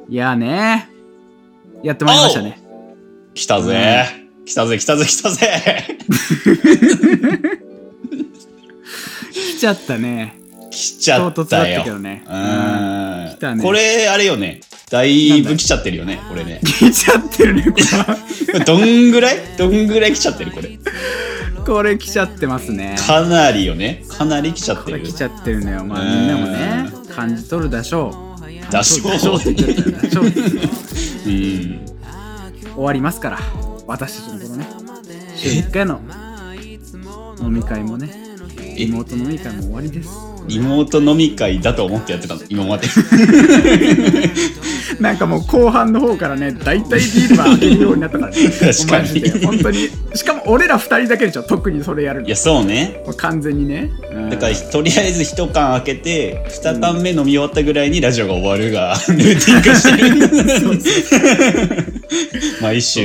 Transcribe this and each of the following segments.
いやね、やってまいりましたね。 来たぜ、来たぜ。 来ちゃったね。 来ちゃったよ。 唐突だったけどね。 来たね。 これあれよね。だいぶ来ちゃってるよね、これね。 来ちゃってるね、これ。 どんぐらい来ちゃってるこれ。 これ来ちゃってますね。 かなりよね。かなり来ちゃってる。 これ来ちゃってるのよ。まあみんなもね、感じ取るでしょう。 だしょう。 って言っちゃったよ。終わりますから、私たちのこのね、週1回の飲み会もね、リモート飲み会も終わりです。 リモート飲み会だと思ってやってたの今まで。 なんかもう後半の方からね、だいたいビールは開けるようになったからね。 確かに本当に。しかも俺ら2人だけでしょ、特にそれやるの。 いやそうね。 完全にね。 だからとりあえず1缶開けて2缶目飲み終わったぐらいにラジオが終わるがルーティン化してる。毎週。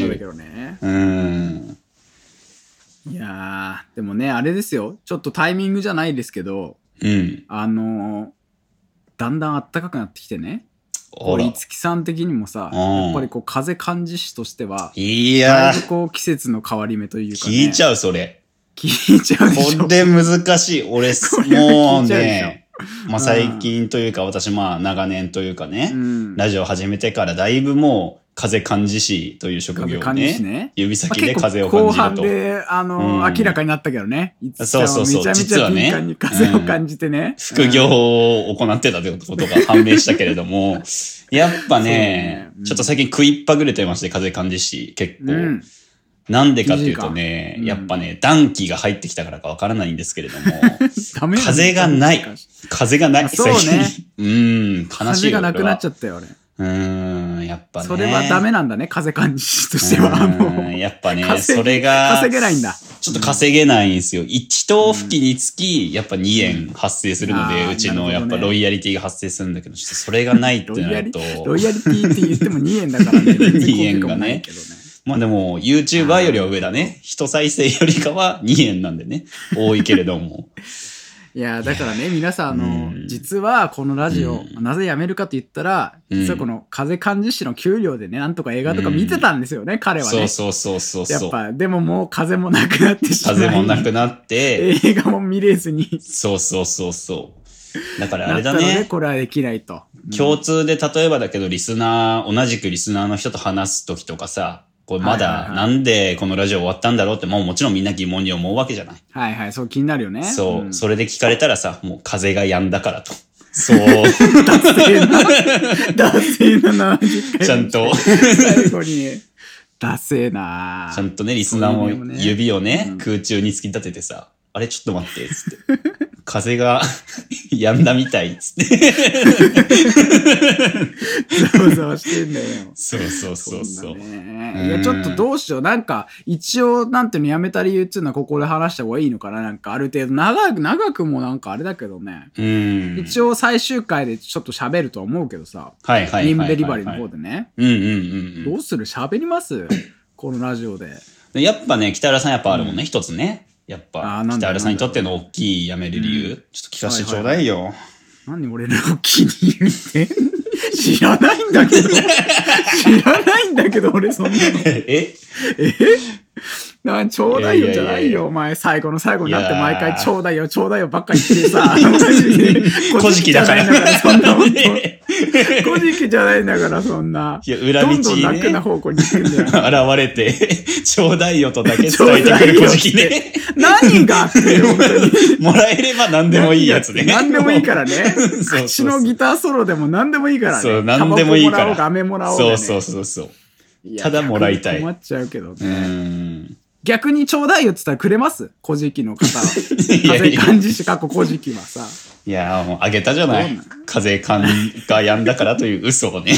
いやーでもね、あれですよ、ちょっとタイミングじゃないですけど、だんだん暖かくなってきてね、いつきさん的にもさ、やっぱりこう風感じ師としては、 いやだいぶこう季節の変わり目というかね、 聞いちゃうそれ。 聞いちゃうでしょ。 これ難しい。俺もうね、まあ最近というか私まあ長年というかね、ラジオ始めてからだいぶもう風感じ師という職業をね、指先で風を感じると。 後半で明らかになったけどね。 そうそうそう。 めちゃめちゃ敏感に風を感じてね。 副業を行ってたということが判明したけれども、やっぱね、ちょっと最近食いっぱぐれてまして、風感じ師結構。なんでかっていうとね、やっぱね、暖気が入ってきたからかわからないんですけれども、風がない。風がない。 そうね。 悲しいよ。 風がなくなっちゃったよ、 俺。やっぱね。 それはダメなんだね、風感じ師としては。もうやっぱね、それが、 稼げないんだ。 ちょっと稼げないんですよ。1往復につき、やっぱ2円発生するので、うちのやっぱロイヤリティが発生するんだけど、ちょっとそれがないってなると。 ロイヤリティって言っても2円だからね。 2円がね。まあでも、YouTuber よりは上だね。1再生よりかは2円なんでね。多いけれども。 いやだからね、皆さん実はこのラジオ、なぜ辞めるかと言ったら、実はこの風感じ師の給料でね、なんとか映画とか見てたんですよね、彼はね。 そう。 やっぱ、でももう風もなくなってしまい。 風もなくなって。 映画も見れずに。 そう。だからあれだね。 これはできないと。 共通で例えばだけど、同じくリスナーの人と話すときとかさ、これまだなんでこのラジオ終わったんだろうってもちろんみんな疑問に思うわけじゃない。 はい、そう気になるよね。 そう、それで聞かれたらさ、もう風が止んだからと。そう。 ダセーな70回。 ちゃんと。 最後に。ダセーな。 ちゃんとね、リスナーも指をね、空中に突き立ててさ、あれちょっと待って、つって。風が止んだみたい、つって。 ざわしてんだよ。 そう。 いや、ちょっとどうしよう。なんか、一応、なんていうのやめた理由っていうのはここで話した方がいいのかな。なんか、ある程度、長くもなんかあれだけどね。一応、最終回でちょっと喋るとは思うけどさ。ニムデリバリーの方でね。どうする？喋りますこのラジオで。 やっぱね、北原さんやっぱあるもんね、一つね。やっぱ、北原さんにとっての大きい辞める理由、ちょっと聞かせてちょうだいよ。 何俺の大きい理由って知らないんだけど、俺そんなの。ちょうだいよじゃないよ、お前。最後の最後になって毎回ちょうだいよばっか言ってさ。 古事記だから。 そんなもん。古事記じゃないんだから、そんな。 いや、裏道にね。 どんどん楽な方向に行くんだよ。 現れて、ちょうだいよとだけ伝えてくる古事記ね。 何がって本当に。 もらえれば何でもいいやつね。 何でもいいからね。口のギターソロでも何でもいいからね。 そう、何でもいいから。 タバコもらおう、飴もらおう。 そう。ただもらいたい。 困っちゃうけどね。逆にちょうだいよって言ったらくれます古事記の方は。風感じし古事記はさ。 いやもうあげたじゃない。風感が止んだからという嘘をね。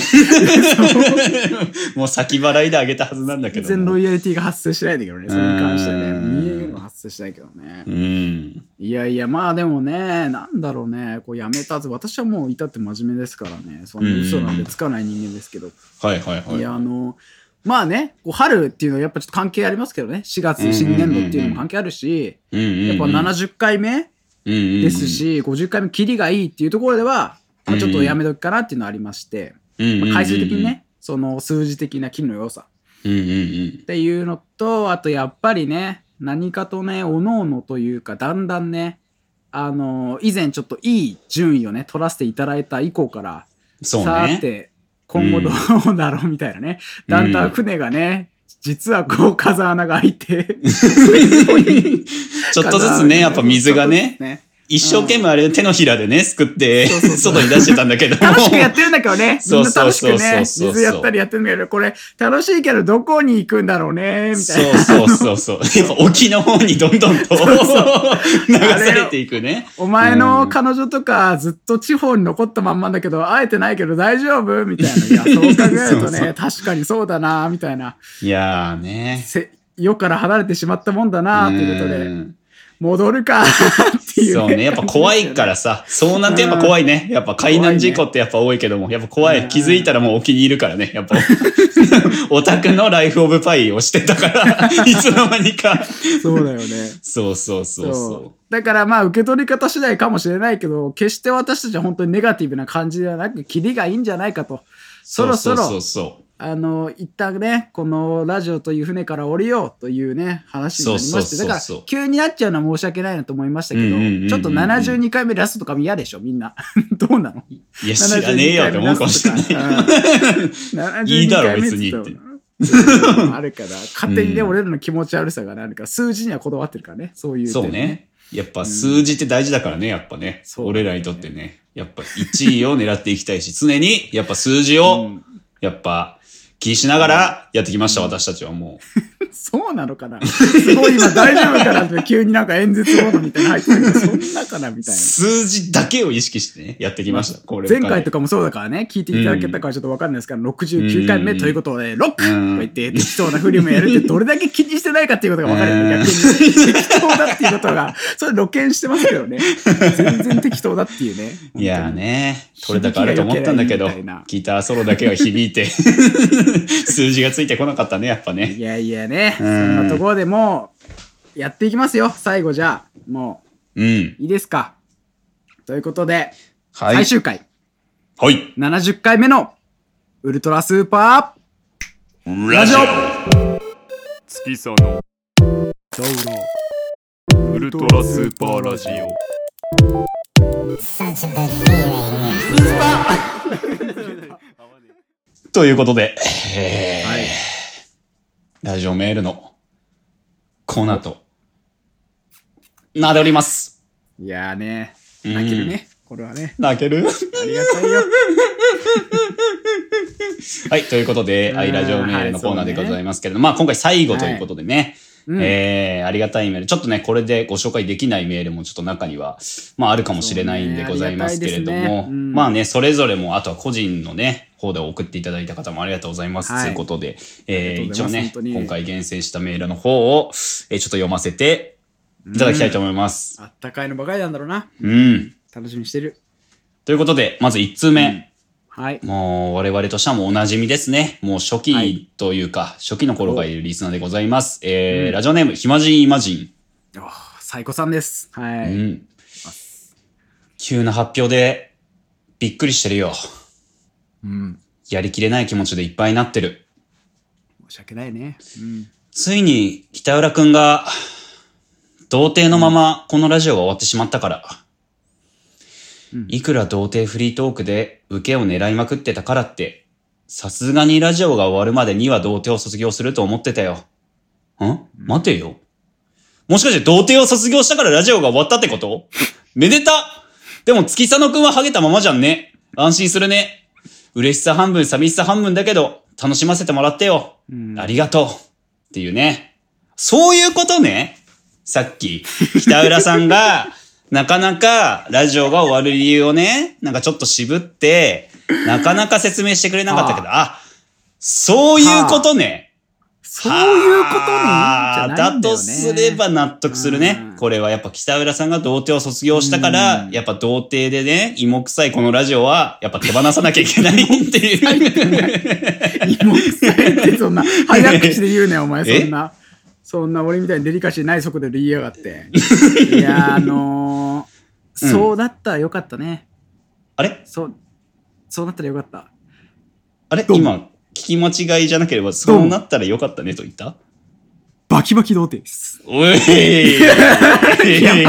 もう先払いであげたはずなんだけど。 全然ロイヤリティが発生しないんだけどね。それに関してはね。見えるの発生しないけどね。いや、まあでもね、なんだろうね。こうやめたず、私はもう至って真面目ですからね。そんな嘘なんでつかない人間ですけど。いや、まあね、こう春っていうのはやっぱちょっと関係ありますけどね。4月新年度っていうのも関係あるし、やっぱ70回目ですし、50回目キリがいいっていうところでは、ちょっとやめとくかなっていうのはありまして。 回数的にね、その数字的な金の良さっていうのと、あとやっぱりね、何かとね、おのおのというか、だんだんね、以前ちょっといい順位をね、取らせていただいた以降から、 そうね。 さて、今後どうだろうみたいなね、だんだん船がね、実はこう風穴が開いて、 ちょっとずつね、やっぱ水がね、一生懸命あれ手のひらでね、すくって、外に出してたんだけども。 楽しくやってるんだけどね。みんな楽しくね、水やったりやってるんだけど、これ楽しいけどどこに行くんだろうね、みたいな。 そう。やっぱ沖の方にどんどんと流されていくね。 お前の彼女とかずっと地方に残ったまんまだけど、会えてないけど大丈夫みたいな。いや、そう考えるとね、確かにそうだな、みたいな。 いやーね。 世から離れてしまったもんだな、ということで。戻るかっていう、ね。 そうね。やっぱ怖いからさ。遭難ってやっぱ怖いね。やっぱ海難事故ってやっぱ多いけども、やっぱ怖い。気づいたらもう沖にいるからね。やっぱ、オタクのライフオブパイをしてたから、いつの間にか。 そうだよね。 そう。 だからまあ受け取り方次第かもしれないけど、決して私たちは本当にネガティブな感じではなく、キリがいいんじゃないかと。そろそろ。一旦ね、このラジオという船から降りようというね、話になりまして、だから急になっちゃうのは申し訳ないなと思いましたけど、ちょっと72回目ラストとかも嫌でしょ、みんな。どうなの？ いや、知らねえよって思うかもしれない。いいだろ、別にって。 あるから、勝手にね、俺らの気持ち悪さがあるから、数字にはこだわってるからね、そういう、ね。 そうね。やっぱ数字って大事だからね、やっぱね。俺らにとってね。やっぱ1位を狙っていきたいし、常にやっぱ数字を、やっぱ、気にしながらやってきました、私たちはもう。 そうなのかなすごい今大丈夫かなって急になんか演説モードみたいな入ってるけど、そんなかなみたいな。 数字だけを意識してね、やってきました。これ前回とかもそうだからね、聞いていただけたかはちょっとわかんないですから、69回目ということで、ロックとか言って適当なフリもやるってどれだけ気にしてないかっていうことがわかるよね、逆に。適当だっていうことが、それ露見してますけどね。全然適当だっていうね。 いやーね、取れ高あると思ったんだけど、ギターソロだけは響いて、数字がついてこなかったね、やっぱね。 いやいやね、そんなところでもう、やっていきますよ、最後じゃあ。もう、いいですか。ということで、最終回。 はい。 70回目の、ウルトラスーパー、ラジオ月佐の、ウルトラスーパーラジオ。 ということで、ラジオメールのコーナーとなっております。 いやーね、泣けるね、これはね。 泣ける？ ありがたいよ。 はい、ということで、ラジオメールのコーナーでございますけれども、まあ今回最後ということでね、ありがたいメール。ちょっとね、これでご紹介できないメールもちょっと中には、まああるかもしれないんでございますけれども、まあね、それぞれも、あとは個人のね、方で送っていただいた方もありがとうございます。ということで、一応ね、今回厳選したメールの方を、ちょっと読ませていただきたいと思います。 あったかいのばかりなんだろうな。楽しみにしてる。 ということで、まず1通目。 はい。 もう我々としてはもうお馴染みですね。もう初期というか、初期の頃がいるリスナーでございます。ラジオネーム、ひまじんいまじん。 サイコさんです。はい。 急な発表でびっくりしてるよ。やりきれない気持ちでいっぱいになってる。 申し訳ないね。 ついに北浦くんが童貞のままこのラジオが終わってしまったから。いくら童貞フリートークで受けを狙いまくってたからって、さすがにラジオが終わるまでには童貞を卒業すると思ってたよ。待てよ。もしかして童貞を卒業したからラジオが終わったってこと？めでた！でも月佐野くんはハゲたままじゃんね。安心するね。嬉しさ半分寂しさ半分だけど、楽しませてもらってよ。ありがとう。っていうね。そういうことね。さっき、北浦さんが、なかなかラジオが終わる理由をね、なんかちょっと渋って、なかなか説明してくれなかったけど、そういうことね。 そういうことね。じゃないんだよね。 だとすれば納得するね。これはやっぱ北浦さんが童貞を卒業したから、やっぱ童貞でね、芋臭いこのラジオは、やっぱ手放さなきゃいけないっていう。 芋臭いってそんな、早口で言うね、お前、そんな俺みたいにデリカシーない速度で言いやがって。いや、そうだったらよかったね。 あれ？ そうなったらよかった。 あれ今、聞き間違いじゃなければ、そうなったらよかったねと言った？ バキバキ童貞です。 おいいや、待って、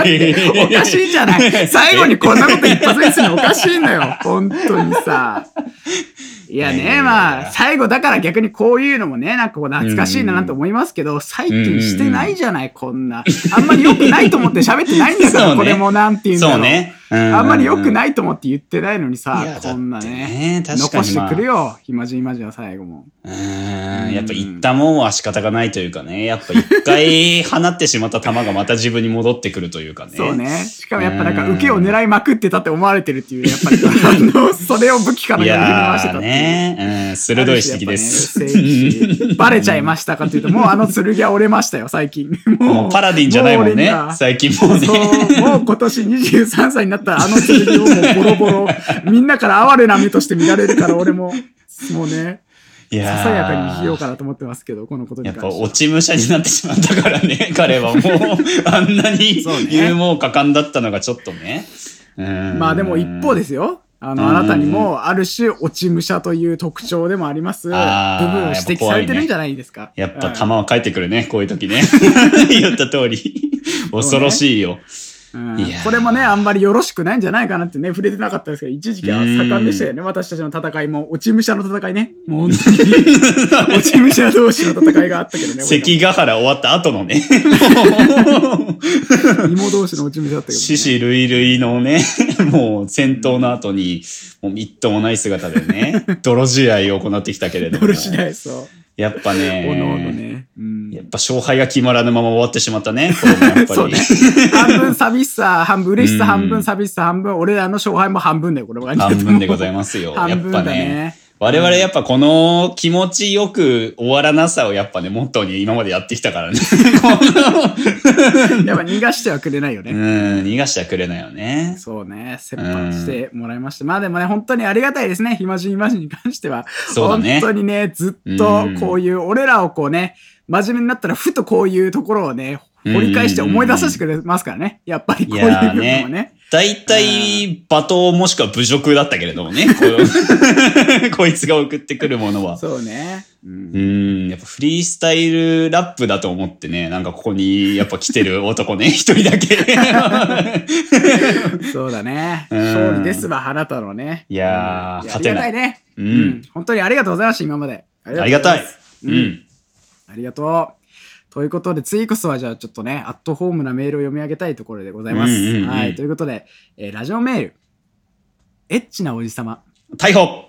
おかしいじゃない。最後にこんなこと一発目にするのおかしいのよ。本当にさ。いやね、まあ、最後だから逆にこういうのもね、なんかこう懐かしいなと思いますけど、最近してないじゃない、こんな。あんまり良くないと思って喋ってないんだから、これもなんていうんだろう。そうね。あんまり良くないと思って言ってないのにさ、こんなね。残してくるよ、暇じは最後も。 やっぱ言ったもんは仕方がないというかね、やっぱ一回放ってしまった球がまた自分に戻ってくるというかね。 そうね。しかもやっぱなんか受けを狙いまくってたって思われてるっていう、やっぱりそれを武器かのように振り回してたっていう。 鋭い指摘です。 バレちゃいましたかというと、もうあの剣は折れましたよ、最近。 もうパラディンじゃないもんね、最近もうね。 もう今年23歳になったらあの剣をもうボロボロ、みんなから哀れな目として見られるから、俺も、もうね、ささやかに生きようかなと思ってますけど、このことに関しては。 やっぱ落ち武者になってしまったからね、彼はもう、あんなに勇猛果敢だったのがちょっとね。 まあでも一方ですよ。あなたにもある種落ち武者という特徴でもあります部分を指摘されてるんじゃないですか。 やっぱ球は返ってくるね、こういう時ね。言った通り。恐ろしいよ。 これもね、あんまりよろしくないんじゃないかなってね、触れてなかったですけど、一時期は盛んでしたよね。私たちの戦いも、落ち武者の戦いね。もう本当に、落ち武者同士の戦いがあったけどね。 関ヶ原終わった後のね。 芋同士の落ち武者だったけどね。 獅子類類のね、もう戦闘の後に、もうみっともない姿でね、泥試合を行ってきたけれども。 泥試合、そう。 やっぱね、 おのおのね、 やっぱ勝敗が決まらぬまま終わってしまったね。これもやっぱりそうね。半分寂しさ、半分嬉しさ、半分寂しさ、半分、俺らの勝敗も半分だよ、これは。 半分でございますよ。やっぱね。我々やっぱこの気持ちよく終わらなさをやっぱね、モットーに今までやってきたからね。 やっぱ逃がしてはくれないよね。 逃がしてはくれないよね。 そうね。切羽してもらいました。まあでもね、本当にありがたいですね。暇人に関しては。そうだね。本当にね、ずっとこういう俺らをこうね、真面目になったらふとこういうところをね、掘り返して思い出させてくれますからね。やっぱりこういう部分もね。 大体、罵倒もしくは侮辱だったけれどもね。こいつが送ってくるものは。 そうね。 やっぱフリースタイルラップだと思ってね、なんかここにやっぱ来てる男ね、一人だけ。 そうだね。勝利ですわ、あなたのね。 いやー、勝てない。 ありがたいね。本当にありがとうございました、今まで。 ありがたい。 ありがとう。ということで、次こそはじゃあちょっとね、アットホームなメールを読み上げたいところでございます。はい。ということで、ラジオメール。エッチなおじさま。 逮捕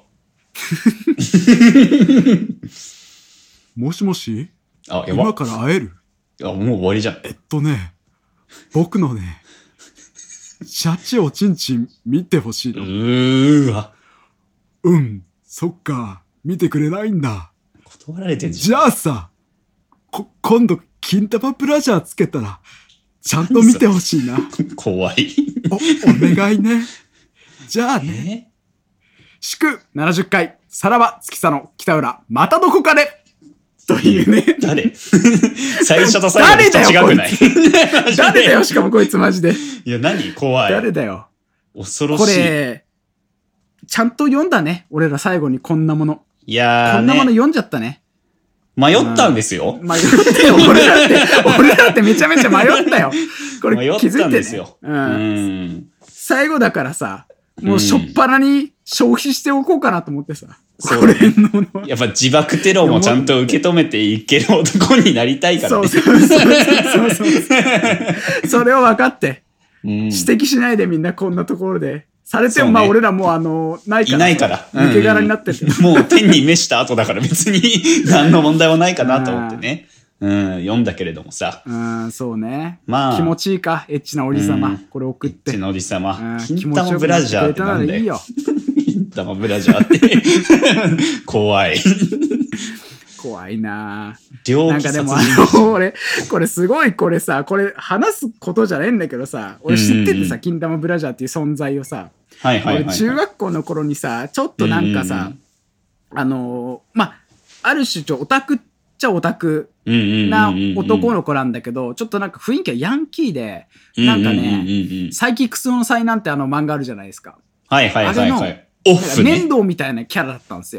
もしもしあ、やば。 今から会える？ あ、もう終わりじゃん。 僕のね、シャチおちんちん見てほしいの。 わ。 そっか。見てくれないんだ。 断られてんじゃん。 じゃあさ、今度、金玉ブラジャーつけたら、ちゃんと見てほしいな。 怖い。 お願いね。じゃあね。祝70回、さらば月佐の北浦、またどこかでというね。 誰最初と最後と違くない誰だよ、しかもこいつマジで。 いや、何怖い。 誰だよ。 恐ろしい。 これ、ちゃんと読んだね。俺ら最後にこんなもの。 いやー、 こんなもの読んじゃったね。 迷ったんですよ。 迷ったよ。俺らってめちゃめちゃ迷ったよ。これ気づいて、ね。迷ったんですよ。最後だからさ、もうしょっぱなに消費しておこうかなと思ってさ。 これのやっぱ自爆テロもちゃんと受け止めていける男になりたいからね。そう。 それを分かって、指摘しないでみんなこんなところで。されても、まあ俺らもないから。 いないから。 抜け殻になってて。 もう天に召した後だから別に何の問題はないかなと思ってね。読んだけれどもさ。 そうね。 まあ。 気持ちいいか、エッチなおじさま。これ送って。 エッチなおじさま。金玉ブラジャーってなんだよ。金玉ブラジャーって。怖い。 怖いなぁ。 なんかでも俺、これすごいこれさ、これ話すことじゃないんだけどさ、俺知っててさ、金玉ブラジャーっていう存在をさ、俺中学校の頃にさ、ちょっとなんかさ、まあ、ある種オタクっちゃオタクな男の子なんだけど、ちょっとなんか雰囲気はヤンキーで、なんかね、サイキクスの災難って漫画あるじゃないですか。 はい。 オフね。面倒みたいなキャラだったんですよ。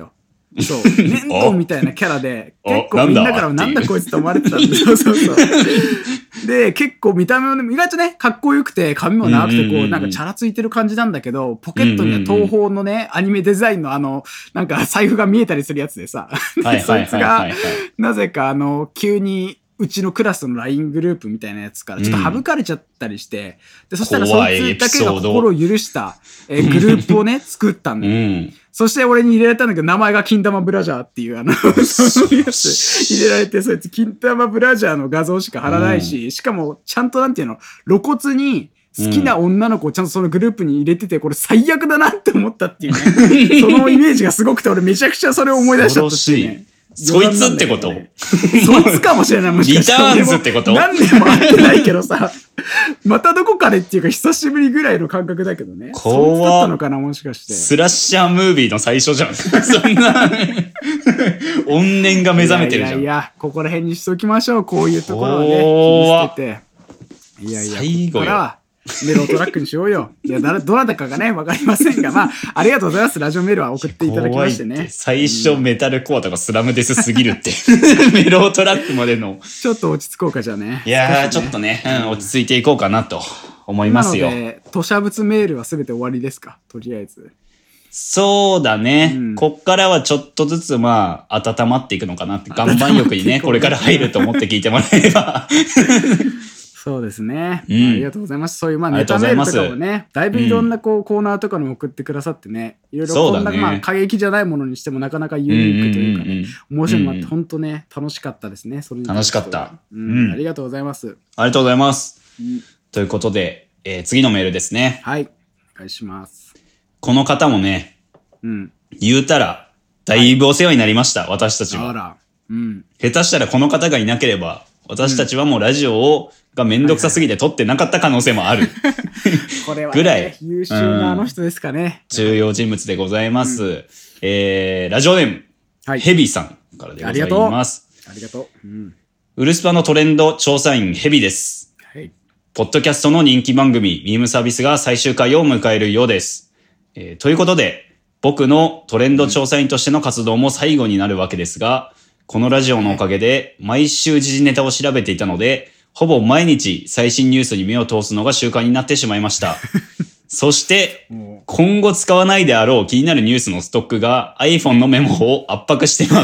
そう、粘土みたいなキャラで、結構みんなからなんだこいつと思われてたんで、そう。で、結構見た目も意外とね、かっこよくて、髪も長くて、こう、なんかチャラついてる感じなんだけど、ポケットには東宝のね、アニメデザインのなんか財布が見えたりするやつでさ、そいつが、なぜか急に、うちのクラスの LINE グループみたいなやつからちょっと省かれちゃったりして、で、そしたらそいつだけが心を許した、グループをね、作ったんだよ。そして俺に入れられたんだけど、名前が金玉ブラジャーっていうそういうやつ入れられて、そいつ金玉ブラジャーの画像しか貼らないし、しかもちゃんとなんていうの、露骨に好きな女の子をちゃんとそのグループに入れてて、これ最悪だなって思ったっていうね。そのイメージがすごくて、俺めちゃくちゃそれを思い出しちゃったっていうね。 そいつってことそいつかもしれない。もしかしたらリターンズってこと何年も会ってないけどさ、またどこかでっていうか久しぶりぐらいの感覚だけどね。そいつだったのかな、もしかして。 スラッシャームービーの最初じゃん。そんな、怨念が目覚めてるじゃん。 いや、ここら辺にしておきましょう。こういうところをね、気にしてて。 最後よ。 メロトラックにしようよ。いや、どなたかがね、わかりませんが、まあ、ありがとうございます。ラジオメールは送っていただきましてね。 最初メタルコアとかスラムデスすぎるって。メロトラックまでの。 ちょっと落ち着こうか、じゃあね。 いやー、ちょっとね、落ち着いていこうかなと思いますよ。 なので、吐砂物メールはすべて終わりですか？とりあえず。 そうだね。こっからはちょっとずつ温まっていくのかなって、岩盤浴にね、これから入ると思って聞いてもらえれば。 そうですね、ありがとうございます。そういうネタメールとかもね、だいぶいろんなコーナーとかに送ってくださってね、いろいろこんな過激じゃないものにしてもなかなかユニークというかね、面白いものあって本当ね、楽しかったですね。それに楽しかった。 ありがとうございます。 ありがとうございます。ということで、次のメールですね。 はい、お願いします。 この方もね、言うたらだいぶお世話になりました、私たちは。 あら、 下手したらこの方がいなければ、私たちはもうラジオがめんどくさすぎて撮ってなかった可能性もある。 これは、 ぐらい優秀な人ですかね。 重要人物でございます。ラジオネーム、ヘビさんからでございます。 ありがとう。 ウルスパのトレンド調査員ヘビです。ポッドキャストの人気番組、ミームサービスが最終回を迎えるようです。ということで、僕のトレンド調査員としての活動も最後になるわけですが、このラジオのおかげで毎週時事ネタを調べていたので、ほぼ毎日最新ニュースに目を通すのが習慣になってしまいました。そして、今後使わないであろう気になるニュースのストックが iPhone のメモを圧迫しています。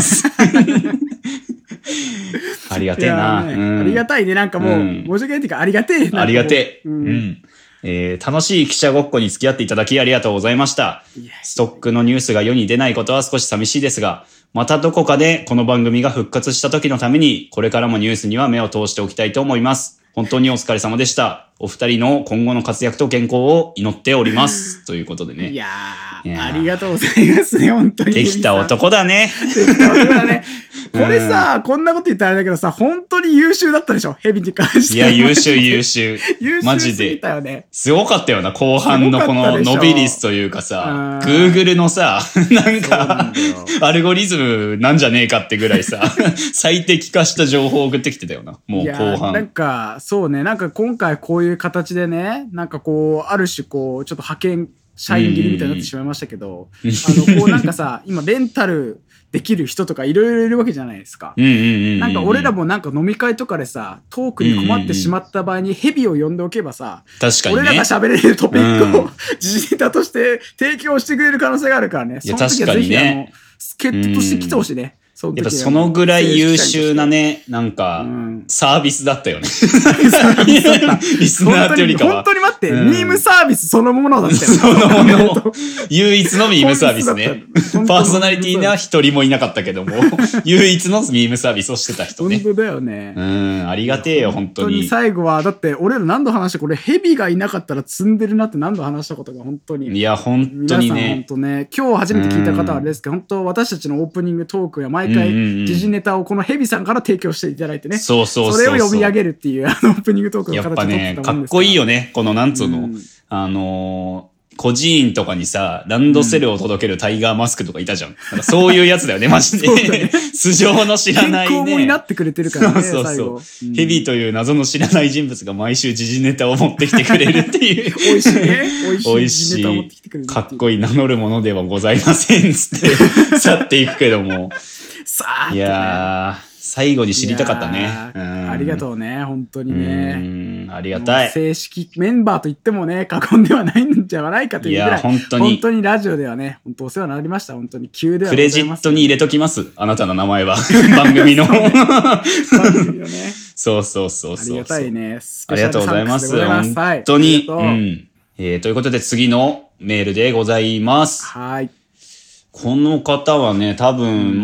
ありがてえな。 ありがたいね。なんかもう、申し訳ないっていうか、ありがてえ。 ありがてえ。楽しい記者ごっこに付き合っていただきありがとうございました。ストックのニュースが世に出ないことは少し寂しいですが、またどこかでこの番組が復活した時のために、これからもニュースには目を通しておきたいと思います。本当にお疲れ様でした。お二人の今後の活躍と健康を祈っております。ということでね。 いやー、ありがとうございますね、本当に。 できた男だね。 できた男だね。これさ、こんなこと言ったらあれだけどさ、本当に優秀だったでしょ、ヘビに関して。 いや、優秀。優秀マジで。 すごかったよな、後半のこの伸び率というかさ、Google のさ、なんか、アルゴリズムなんじゃねえかってぐらいさ、最適化した情報を送ってきてたよな、もう後半。 なんか、そうね、なんか今回こういう形でね、なんかこう、ある種こう、ちょっと派遣、社員切りみたいになってしまいましたけど、こうなんかさ、今レンタルできる人とかいろいろいるわけじゃないですか。なんか俺らもなんか飲み会とかでさ、トークに困ってしまった場合にヘビを呼んでおけばさ、 確かにね、 俺らが喋れるトピックを時事ネタとして提供してくれる可能性があるからね。 その時はぜひ助っ人として来てほしいね。 やっぱそのぐらい優秀なね、なんか、サービスだったよね。リスナーというよりかは。 本当に待って、ミームサービスそのものだったよね。 そのもの。唯一のミームサービスね。パーソナリティには一人もいなかったけども、唯一のミームサービスをしてた人ね。 本当だよね。 ありがてえよ、本当に。 最後は、だって俺ら何度話して、これヘビがいなかったら積んでるなって何度話したことが本当に。 いや、本当にね。 皆さん本当ね、今日初めて聞いた方はあれですけど、本当私たちのオープニングトークや毎回、時事ネタをこのヘビさんから提供していただいてね。それを呼び上げるっていうオープニングトークの形を取ってたもんですから。 やっぱね、かっこいいよね。このなんつうの、 孤児院とかにさ、ランドセルを届けるタイガーマスクとかいたじゃん。なんかそういうやつだよね、マジで。素性の知らないね。 健康になってくれてるからね、 そう最後。 ヘビという謎の知らない人物が毎週時事ネタを持ってきてくれるっていう。 美味しいね。美美味味しいネタを持ってきてくれる。 かっこいい名乗るものではございませんつって去っていくけども。 さあ、 いやー、最後に知りたかったね。 ありがとうね、本当にね。 ありがたい。 正式メンバーと言ってもね、過言ではないんじゃないかというぐらい。 いや、本当にラジオではね、本当お世話になりました。本当に急ではクレジットに入れときます。あなたの名前は。番組の。 番組のね。 そう。 ありがたいね。 ありがとうございます。本当に。ということで次のメールでございます。 はい。 この方はね、多分、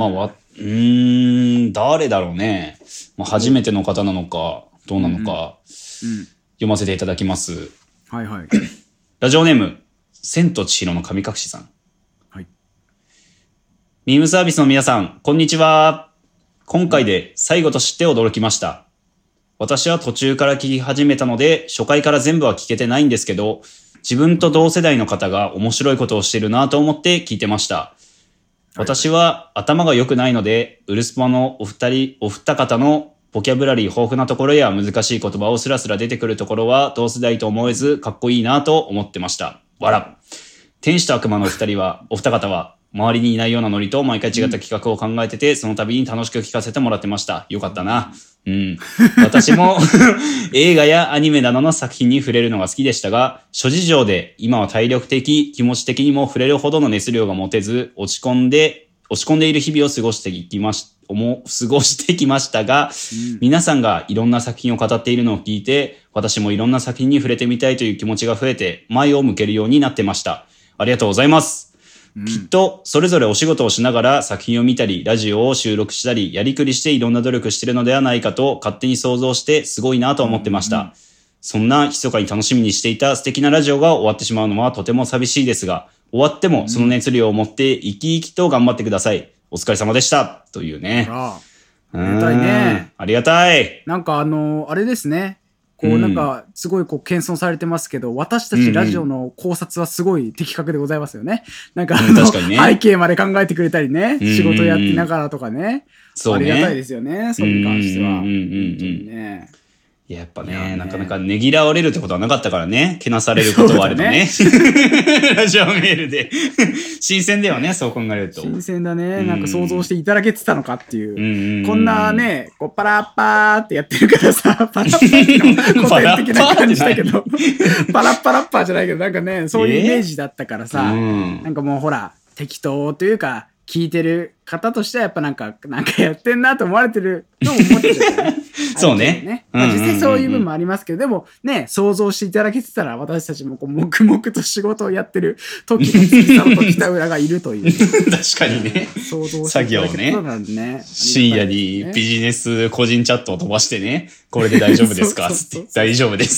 誰だろうね。初めての方なのか、どうなのか、読ませていただきます。 はいはい。 ラジオネーム、千と千尋の神隠しさん。 はい。 ミームサービスの皆さん、こんにちは。今回で最後と知って驚きました。私は途中から聞き始めたので、初回から全部は聞けてないんですけど、自分と同世代の方が面白いことをしているなと思って聞いてました。私は頭が良くないので、ウルスパのお二方のボキャブラリー豊富なところや難しい言葉をスラスラ出てくるところは同世代と思えずかっこいいなと思ってました。わら。天使と悪魔のお二方は周りにいないようなノリと毎回違った企画を考えてて、その度に楽しく聞かせてもらってました。よかったな。私も映画やアニメなどの作品に触れるのが好きでしたが、諸事情で今は体力的、気持ち的にも触れるほどの熱量が持てず、落ち込んでいる日々を過ごしてきましたが、皆さんがいろんな作品を語っているのを聞いて、私もいろんな作品に触れてみたいという気持ちが増えて、前を向けるようになってました。ありがとうございます。きっとそれぞれお仕事をしながら作品を見たりラジオを収録したりやりくりしていろんな努力しているのではないかと勝手に想像してすごいなと思ってました。そんな密かに楽しみにしていた素敵なラジオが終わってしまうのはとても寂しいですが、終わってもその熱量を持って生き生きと頑張ってください。お疲れ様でしたというね。 ありがたいね。 ありがたい。 なんかあれですね。なんか、すごい謙遜されてますけど、私たちラジオの考察はすごい的確でございますよね。なんか確かにね、 背景まで考えてくれたりね、仕事やってながらとかね。 そうね。 ありがたいですよね、それに関しては。本当にね。 やっぱね、なかなかねぎらわれるってことはなかったからね、けなされることはあるのね。ラジオメールで。新鮮だよね、そう考えると。 新鮮だね。なんか想像していただけてたのかっていう。こんなね、パラッパーってやってるからさ、パラッパーの古典的な感じだけど、パラッパラッパーじゃないけど、なんかね、そういうイメージだったからさ、なんかもうほら、適当というか、聞いてる方としてはやっぱなんかやってんなと思われてると思ってるよね。 そうね。 実際そういう部分もありますけど、でもね、想像していただけてたら私たちも黙々と仕事をやってる時の月さんと北浦がいるという。 確かにね。 想像していただけてたらね。 深夜にビジネス個人チャットを飛ばしてね、これで大丈夫ですかって。大丈夫です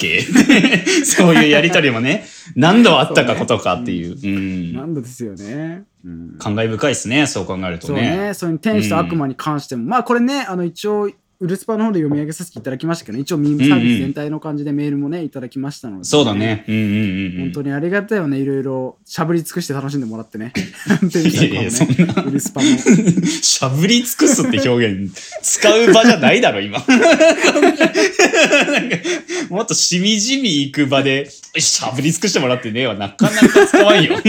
。OK。そういうやりとりもね、何度あったかことかっていう。 何度ですよね。 感慨深いですね、そう考えるとね。 そうね、その天使と悪魔に関しても、まあこれね、一応、ウルスパの方で読み上げさせていただきましたけど、一応ミームサービス全体の感じでメールもね、いただきましたので、 そうだね。 本当にありがたいよね、いろいろしゃぶり尽くして楽しんでもらってね。天使とかもね、ウルスパも。 しゃぶり尽くすって表現、使う場じゃないだろ、今。もっとしみじみ行く場で、しゃぶり尽くしてもらってねはなかなか使わんよ。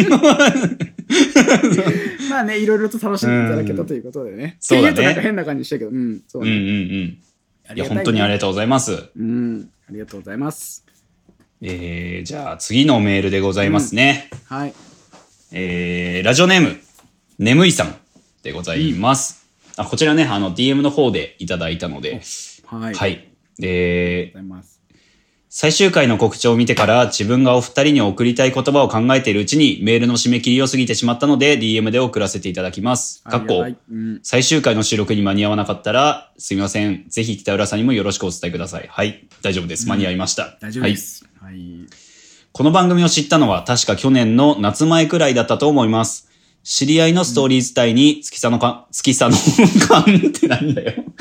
まあね、いろいろと楽しんでいただけたということでね。 そうだね。 って言うとなんか変な感じしたけど、そうね。 いや、本当にありがとうございます。 ありがとうございます。 じゃあ次のメールでございますね。 はい。 ラジオネーム、眠いさんでございます。こちらね、DM の方でいただいたので。 はい。 はい。 ありがとうございます。 最終回の告知を見てから自分がお二人に送りたい言葉を考えているうちにメールの締め切りを過ぎてしまったので DM で送らせていただきます。最終回の収録に間に合わなかったらすみません。ぜひ北浦さんにもよろしくお伝えください。はい。大丈夫です。間に合いました。 大丈夫です。はい。 この番組を知ったのは確か去年の夏前くらいだったと思います。知り合いのストーリー自体に月佐の勘ってなんだよ。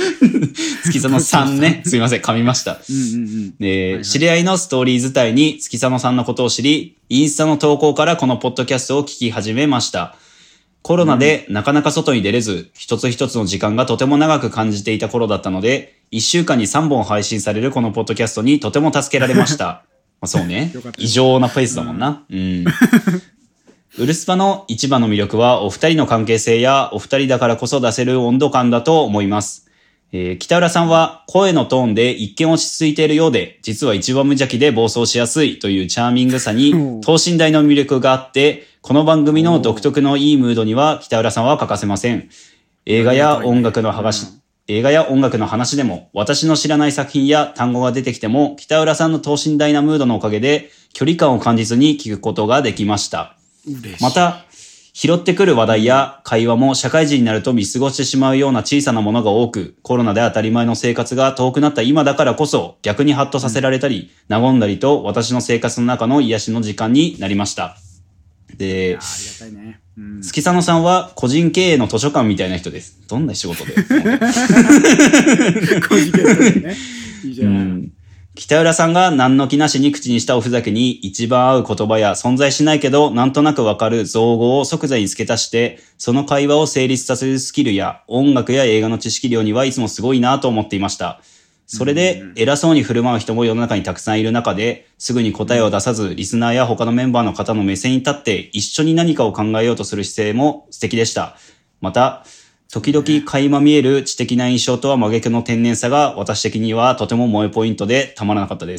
月佐野さんね。すいません、噛みました。知り合いのストーリー伝いに月佐野さんのことを知り、インスタの投稿からこのポッドキャストを聞き始めました。コロナでなかなか外に出れず、一つ一つの時間がとても長く感じていた頃だったので、1週間に3本配信されるこのポッドキャストにとても助けられました。まあそうね。異常なペースだもんな。ウルスパの一番の魅力はお二人の関係性やお二人だからこそ出せる温度感だと思います。北浦さんは声のトーンで一見落ち着いているようで、実は一番無邪気で暴走しやすいというチャーミングさに等身大の魅力があって、この番組の独特のいいムードには北浦さんは欠かせません。映画や音楽の話でも、私の知らない作品や単語が出てきても、北浦さんの等身大なムードのおかげで、距離感を感じずに聞くことができました。また、拾ってくる話題や会話も社会人になると見過ごしてしまうような小さなものが多く、コロナで当たり前の生活が遠くなった今だからこそ、逆にハッとさせられたり、和んだりと、私の生活の中の癒しの時間になりました。で、 ありがたいね。 月佐野さんは個人経営の図書館みたいな人です。どんな仕事で個人経営ね。いいじゃん。 北浦さんが何の気なしに口にしたおふざけに一番合う言葉や存在しないけどなんとなくわかる造語を即座に付け足して、その会話を成立させるスキルや音楽や映画の知識量にはいつもすごいなと思っていました。それで偉そうに振る舞う人も世の中にたくさんいる中で、すぐに答えを出さずリスナーや他のメンバーの方の目線に立って一緒に何かを考えようとする姿勢も素敵でした。また、時々垣間見える知的な印象とは真逆の天然さが私的にはとても萌えポイントでたまらなかったです。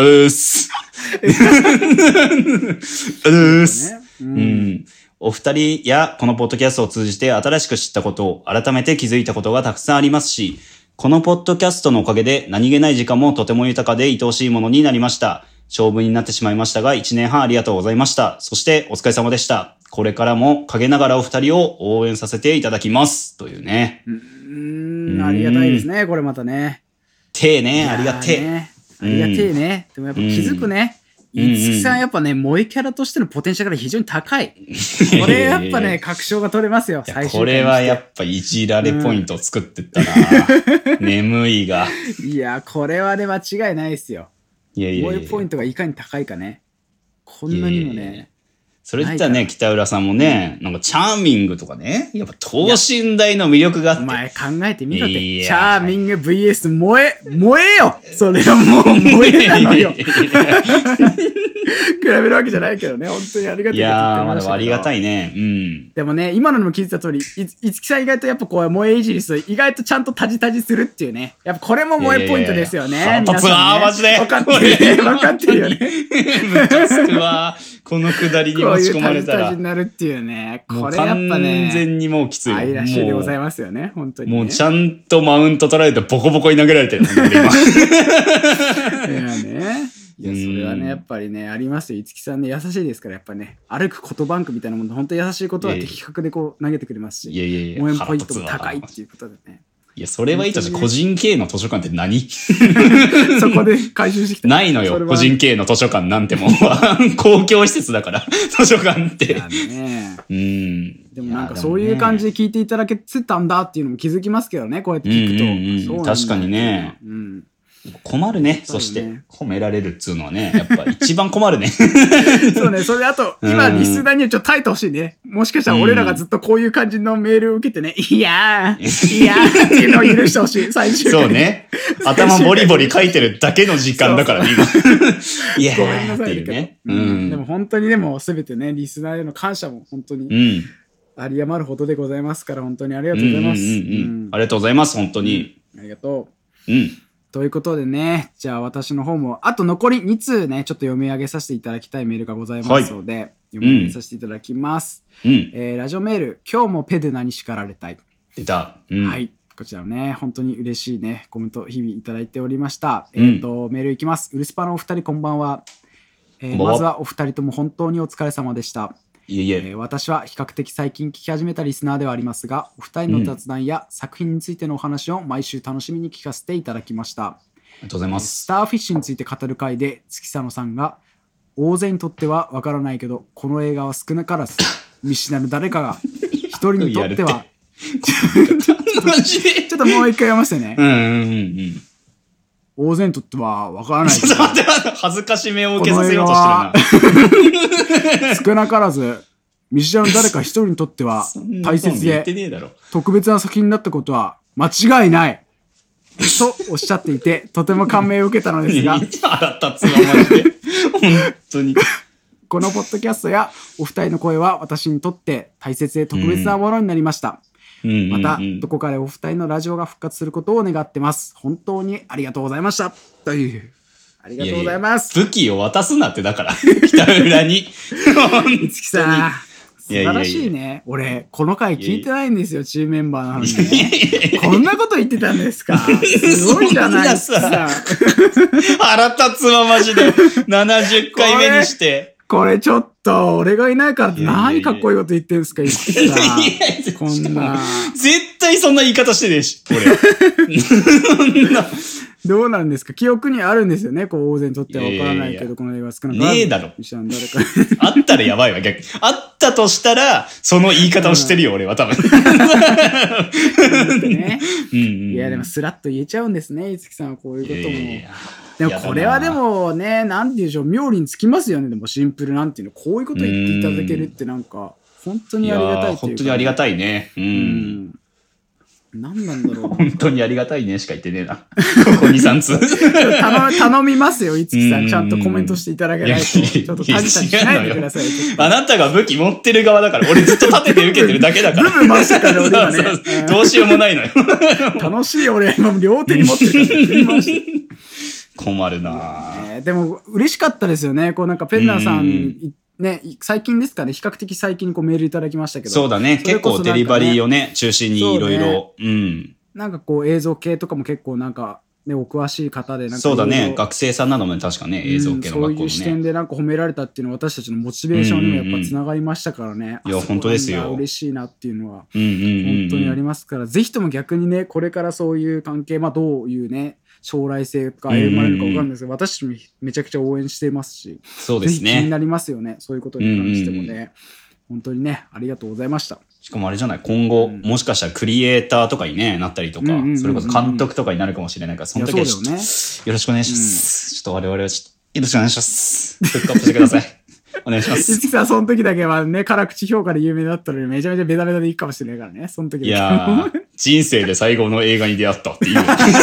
お二人やこのポッドキャストを通じて新しく知ったことを改めて気づいたことがたくさんありますし、このポッドキャストのおかげで何気ない時間もとても豊かで愛おしいものになりました。長文になってしまいましたが1年半ありがとうございました。そしてお疲れ様でした。これからも陰ながらお二人を応援させていただきます。というね。 ありがたいですね、これまたね。 ね、ありがてえ。 ありがてえね。でもやっぱ気づくね。五木さんやっぱね、萌えキャラとしてのポテンシャルが非常に高い。これやっぱね、確証が取れますよ、 最終回。これはやっぱいじられポイントを作ってったな。眠いが。 いや、これはね、間違いないですよ。萌えポイントがいかに高いかね。こんなにもね。 それ言ったらね、北浦さんもね、なんかチャーミングとかね、やっぱ等身大の魅力があって。 お前考えてみたって。チャーミング VS 萌えよ。それはもう萌えなのよ。比べるわけじゃないけどね、本当にありがたい。 いやー、まだありがたいね。 でもね、今のにも聞いてた通り、五木さん意外とやっぱこう、萌えいじりすると意外とちゃんとタジタジするっていうね。やっぱこれも萌えポイントですよね。 腹立つわー、マジで。 分かってるよね。 ムカつくわー。このくだりに持ち込まれたら。 こういうタジタジになるっていうね。これやっぱね。 完全にもうきつい。 愛らしいでございますよね、本当に、ね。 もうちゃんとマウント取られてボコボコに投げられてる。いやね。いや、それはね、やっぱりね、ありますよ。五木さんね、優しいですから、やっぱね、歩く言バンクみたいなもの、本当に優しいことは的確でこう投げてくれますし、萌えポイントも高いっていうことでね。 いや、それはいいとして、個人経営の図書館って何そこで回収してきた。 ないのよ、個人経営の図書館なんても。公共施設だから、図書館って。いやね。 でもなんかそういう感じで聞いていただけてたんだっていうのも気づきますけどね、こうやって聞くと。 確かにね。困るね。そして、褒められるっつうのはね、やっぱ一番困るね。 そうね。それであと、今、リスナーにはちょっと耐えてほしいね。もしかしたら俺らがずっとこういう感じのメールを受けてね、いやーっていうのを許してほしい。最終回。 そうね。頭ボリボリ書いてるだけの時間だからね、今。いやーごめんなさいっていうね。 でも本当にでも、すべてね、リスナーへの感謝も本当に、有り余るほどでございますから、本当にありがとうございます。 ありがとうございます、本当に。 ありがとう。ということでね、じゃあ私の方も、あと残り2通ね、ちょっと読み上げさせていただきたいメールがございますので、読み上げさせていただきます。ラジオメール、今日もペデナに叱られたい。 出た。 はい。こちらね、本当に嬉しいね、コメント日々いただいておりました。メールいきます。ウルスパのお二人こんばんは。まずはお二人とも本当にお疲れ様でした。私は比較的最近聞き始めたリスナーではありますが、お二人の雑談や作品についてのお話を毎週楽しみに聞かせていただきました。 ありがとうございます。 スターフィッシュについて語る回で月佐野さんが、大勢にとってはわからないけどこの映画は少なからず見知らぬ誰かが一人にとってはマジで。 ちょっともう一回読ませてね。 うんうんうん大勢にとってはわからうん。 ないけどちょっと待って、恥ずかしめを受けさせようとしてるな。 少なからず、見知らぬ誰か一人にとっては大切言ってでねえだろ。 特別な作品だったことは間違いないとおっしゃっていて、とても感銘を受けたのですが、 腹立つわ、マジで。本当に。 このポッドキャストやお二人の声は私にとって大切で特別なものになりました。また、どこかでお二人のラジオが復活することを願ってます。本当にありがとうございました。という。ありがとうございます。 武器を渡すなってだから、北浦に。 いつきさん、素晴らしいね。俺、この回聞いてないんですよ、チームメンバーなのにね。こんなこと言ってたんですか。すごいじゃないですか。 腹立つわ、マジで。70回目にして。 これちょっと、俺がいないからって何かっこいいこと言ってんすか、いつきさん。こんな。 絶対そんな言い方してねえし、俺。 どうなんですか、記憶にあるんですよね、こう、大勢にとってはわからないけど、この映画少なくねえだろ。 誰かあったらやばいわ、逆に。あったとしたら、その言い方をしてるよ、俺は多分。 ね、いや、でもスラッと言えちゃうんですね、いつきさんはこういうことも。でもこれはでもね、なんていうんでしょう、妙利につきますよね、でもシンプルなんていうの、こういうこと言っていただけるってなんか、本当にありがたいというか、 本当にありがたいね。 何なんだろう。 本当にありがたいねしか言ってねえな。ここ2、3通。 頼みますよ、いつきさん。ちゃんとコメントしていただけないと。ちょっとタジタジしないでください。 あなたが武器持ってる側だから、俺ずっと立てて受けてるだけだから。 ブブ回したから俺今ね。 どうしようもないのよ。 楽しい、俺今両手に持ってるから振り回して。 困るなでも嬉しかったですよね。こうなんかペンナーさんね、最近ですかね、比較的最近こうメールいただきましたけど。 そうだね。結構デリバリーをね、中心にいろいろ。 なんかこう映像系とかも結構なんかね、お詳しい方でなんか。 そうだね。学生さんなども確かね、映像系の学校のね。 そういう視点でなんか褒められたっていうのは私たちのモチベーションにもやっぱつながりましたからね。 いや、本当ですよ。 嬉しいなっていうのは、本当にありますから、ぜひとも逆にね、これからそういう関係、まあどういうね、将来性が歩まれるか分かんないですけど、私たちもめちゃくちゃ応援していますし、 そうですね。 ぜひ気になりますよね。そういうことに関してもね。本当にね、ありがとうございました。 しかもあれじゃない、今後、もしかしたらクリエイターとかに、ね、なったりとか、それこそ監督とかになるかもしれないから、その時はちょっと、よろしくお願いします。ちょっと我々はちょっと、よろしくお願いします。フックアップしてください。お願いします。 いつきさん、その時だけはね、辛口評価で有名だったのに、めちゃめちゃベタベタでいいかもしれないからね、その時だけ。 いやー、人生で最後の映画に出会ったっていう。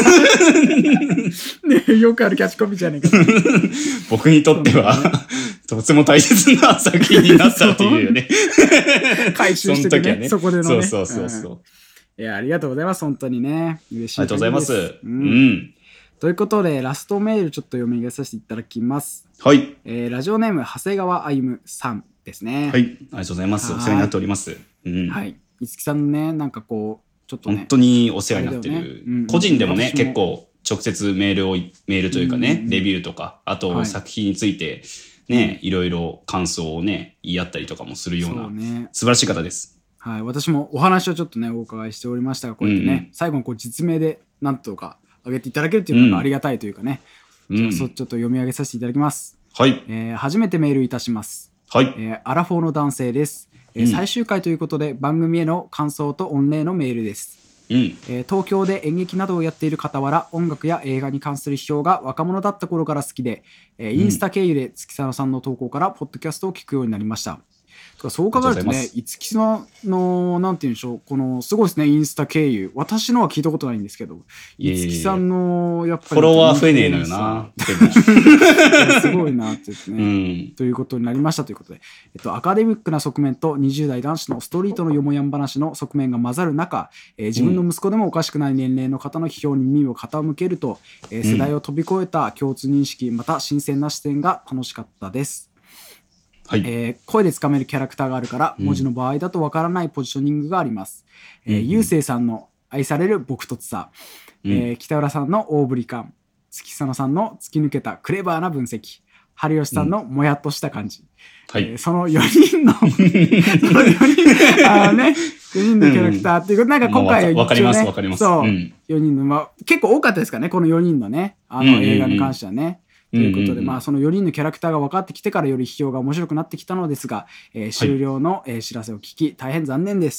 ね、よくあるキャッチコピーじゃねえか。 僕にとっては、とても大切な作品になったっていうよね。 回収してね、そこでのね。 そう。 いや、ありがとうございます、本当にね。嬉しい。 ありがとうございます。 ということで、ラストメールちょっと読み上げさせていただきます。 はい。 ラジオネーム、長谷川歩さんですね。 はい。ありがとうございます。お世話になっております。 はい。いつきさんのね、なんかこう、ちょっとね。 本当にお世話になってる。個人でもね、結構直接メールというかね、レビューとか、あと作品についてね、いろいろ感想をね、言い合ったりとかもするような、素晴らしい方です。はい。 私もお話をちょっとね、お伺いしておりましたが、こうやってね、最後にこう実名でなんとか上げていただけるっていうのがありがたいというかね、ちょっと読み上げさせていただきます。 はい。 初めてメールいたします。 はい。 アラフォーの男性です。最終回ということで番組への感想と御礼のメールです。東京で演劇などをやっている傍ら、音楽や映画に関する批評が若者だった頃から好きで、インスタ経由で月佐野さんの投稿からポッドキャストを聞くようになりました。そう考えるとね、いつきさんの、なんて言うんでしょう、この、すごいですね、インスタ経由。私のは聞いたことないんですけど、いつきさんの、やっぱり。 フォロワー増えねえのよな。 すごいなってですね、ということになりましたということで、アカデミックな側面と20代男子のストリートのよもやん話の側面が混ざる中、自分の息子でもおかしくない年齢の方の批評に耳を傾けると、世代を飛び越えた共通認識、また新鮮な視点が楽しかったです。はい、声でつかめるキャラクターがあるから文字の場合だとわからないポジショニングがあります。ゆうせいさんの愛される朴突さ、北浦さんの大ぶり感、月佐野さんの突き抜けたクレバーな分析、春吉さんのもやっとした感じ、その4人の4人のキャラクターっていうこと、なんか今回わかりますわかります。 そう、4人の、結構多かったですかね、この4人のね、映画に関してはね。ということで、その4人のキャラクターが分かってきてからより批評が面白くなってきたのですが、終了の知らせを聞き大変残念です。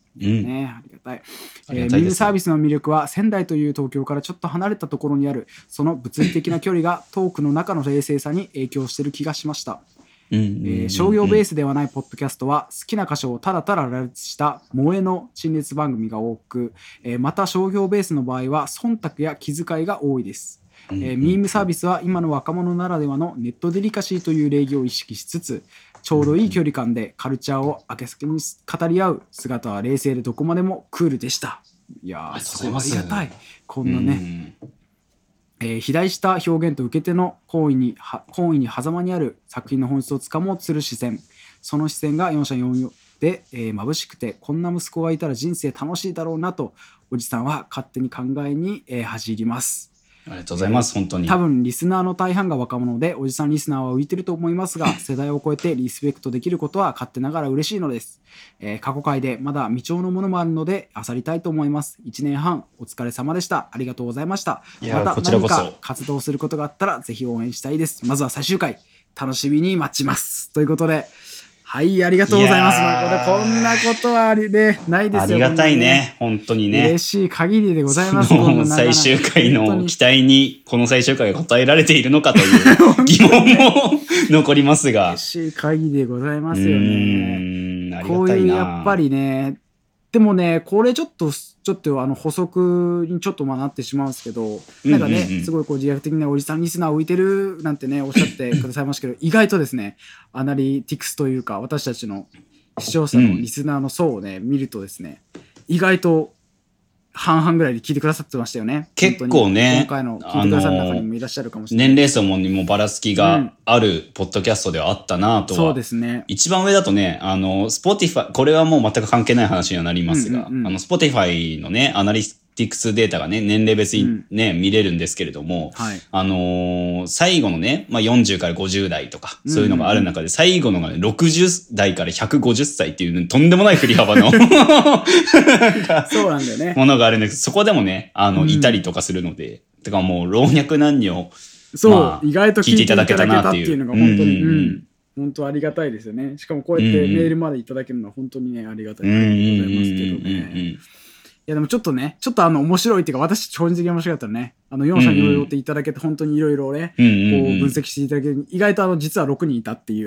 ね、ありがたい。 ありがたいですねミームサービスの魅力は仙台という東京からちょっと離れたところにあるその物理的な距離がトークの中の冷静さに影響している気がしました。商業ベースではないポッドキャストは好きな箇所をただただ羅列した萌えの陳列番組が多く、また商業ベースの場合は忖度や気遣いが多いです。ミームサービスは今の若者ならではのネットデリカシーという礼儀を意識しつつ、ちょうどいい距離感でカルチャーを明けすけに語り合う姿は冷静でどこまでもクールでした。いやー、すごいありがたい。こんなね、肥大した表現と受け手の行為に狭間にある作品の本質をつかもうとする視線、その視線が四者四様で、眩しくて、こんな息子がいたら人生楽しいだろうなとおじさんは勝手に考えに、走ります。 ありがとうございます、本当に。 多分リスナーの大半が若者で、おじさんリスナーは浮いてると思いますが、世代を超えてリスペクトできることは勝手ながら嬉しいのです。過去回でまだ未調のものもあるので漁りたいと思います。1年半お疲れ様でした。ありがとうございました。また何か活動することがあったらぜひ応援したいです。まずは最終回楽しみに待ちます。ということで、はい、ありがとうございます。こんなことはないですよ。 ありがたいね、本当にね。 嬉しい限りでございます。 最終回の期待に、この最終回が応えられているのかという疑問も残りますが。 嬉しい限りでございますよね。 ありがたいな。 こういうやっぱりね、でもね、これちょっと補足にちょっとなってしまうんですけど、なんかね、すごい自虐的なおじさんリスナー浮いてるなんてね、おっしゃってくださいましたけど、意外とですね、アナリティクスというか、私たちの視聴者のリスナーの層をね、見るとですね、意外と半々ぐらいで聞いてくださってましたよね。 結構ね、 今回の聞いてくださる中にもいらっしゃるかもしれない。 年齢層にもばらつきがあるポッドキャストではあったなとは。 そうですね。 一番上だとね、Spotify、これはもう全く関係ない話にはなりますが、Spotify のね、アナリティクスデータがね、年齢別にね、見れるんですけれども、 はい、 最後のね、40から50代とか、そういうのがある中で、最後のがね、60代から150歳っていう、とんでもない振り幅のそうなんだよね。 ものがあるんだけど、そこでもね、いたりとかするので、てかもう老若男女、 そう、意外と聞いていただけたなっていうのが本当に、本当ありがたいですよね。しかもこうやってメールまでいただけるのは本当にね、ありがたいでございますけどね。いやでもちょっと面白いっていうか、私個人的に面白かったらね、4社にいろっていただけて本当にいろいろね、こう分析していただける、意外と実は6人いたっていう。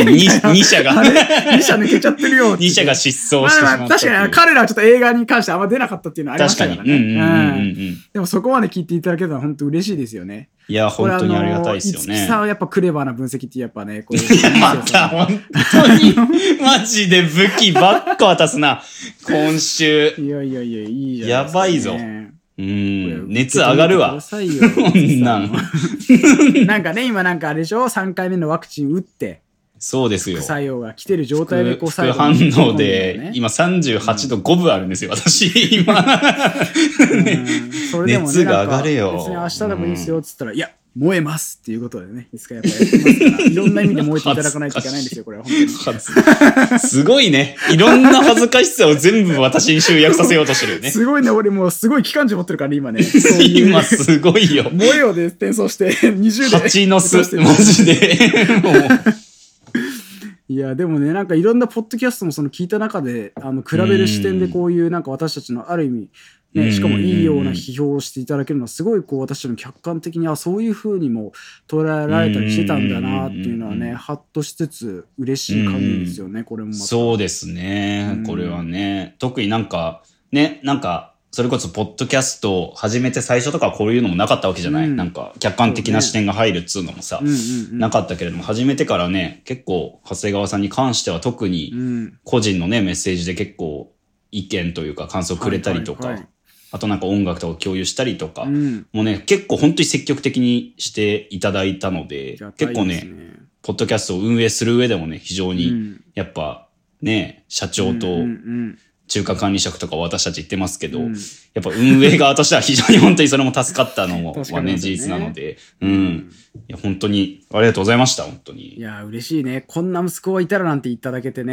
2社が。 2社抜けちゃってるよ。 2社が失踪してしまった。 確かに彼らはちょっと映画に関してあんま出なかったっていうのはありましたからね。でもそこまで聞いていただけたのは本当嬉しいですよね。 いや、本当にありがたいですよね。 五木さんはやっぱクレバーな分析ってやっぱね、こういう。 また本当に、マジで武器ばっか渡すな。今週。 いや、いいじゃないですか。 やばいぞ。熱上がるわ。こんなん。 なんかね、今なんかあれでしょ ?3 回目のワクチン打って。 そうですよ。 副作用が来てる状態で副反応で、今38度5分あるんですよ、私、今。 それでもね、 熱が上がれよ。 別に明日でもいいですよ、つったら、いや、燃えますっていうことでね、いつかやっぱやってますから、いろんな意味で燃えていただかないといけないんですよ、これは本当に。 すごいね。いろんな恥ずかしさを全部私に集約させようとしてるよね。 すごいね、俺もうすごい機関銃持ってるからね、今ね。 今すごいよ。 燃えよで転送して、20で。 蜂の巣、マジで。 いやでもね、なんかいろんなポッドキャストもその聞いた中で比べる視点でこういうなんか私たちのある意味、ね、しかもいいような批評をしていただけるのはすごいこう私たちの客観的にそういう風にも捉えられたりしてたんだなっていうのはね、ハッとしつつ嬉しい限りですよね、これもまた。 そうですね、これはね、特になんかね、なんかそれこそポッドキャストを始めて最初とかはこういうのもなかったわけじゃない、なんか客観的な視点が入るっつうのもさ、なかったけれども、始めてからね、結構長谷川さんに関しては特に個人のね、メッセージで結構意見というか感想くれたりとか、あとなんか音楽とか共有したりとか、もうね、結構本当に積極的にしていただいたので、結構ね、ポッドキャストを運営する上でもね、非常にやっぱね、社長と中華管理職とか私たち言ってますけど、やっぱ運営側としては非常に本当にそれも助かったのもはね、事実なので、いや、本当にありがとうございました、本当に。 いや、嬉しいね。こんな息子がいたらなんて言っていただけてね。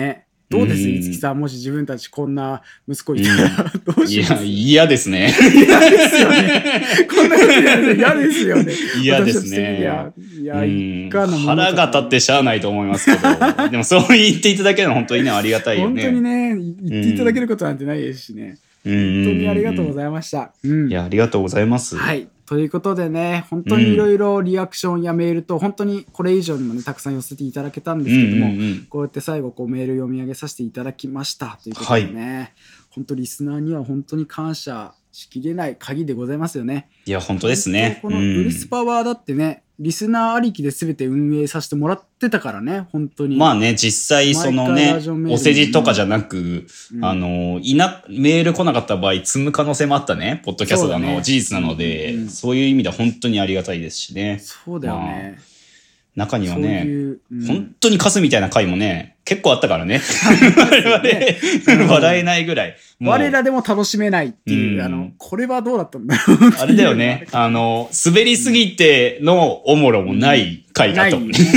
どうです、いつきさん、もし自分たちこんな息子いたら、どうします？ いや、嫌ですね。 嫌ですよね。こんなことやるの嫌ですよね。 嫌ですね。 いや、一家の腹が立ってしゃあないと思いますけど、でもそう言っていただけるのは本当にね、ありがたいよね。 本当にね、言っていただけることなんてないですしね。本当にありがとうございました。 いや、ありがとうございます。 はい。ということでね、本当にいろいろリアクションやメールと、本当にこれ以上にもね、たくさん寄せていただけたんですけども、こうやって最後メール読み上げさせていただきましたということでね、本当リスナーには本当に感謝しきれない限りでございますよね。 いや、本当ですね。 このウリスパワーだってね、リスナーありきで全て運営させてもらってたからね、本当に。 まあね、実際そのね、お世辞とかじゃなく、メール来なかった場合、積む可能性もあったね、ポッドキャストの事実なので、そういう意味では本当にありがたいですしね。 そうだよね。 中にはね、本当にカスみたいな回もね、結構あったからね。我々、笑えないぐらい。 我らでも楽しめないっていう、これはどうだったんだろう。 あれだよね。滑りすぎてのおもろもない回があったもんね。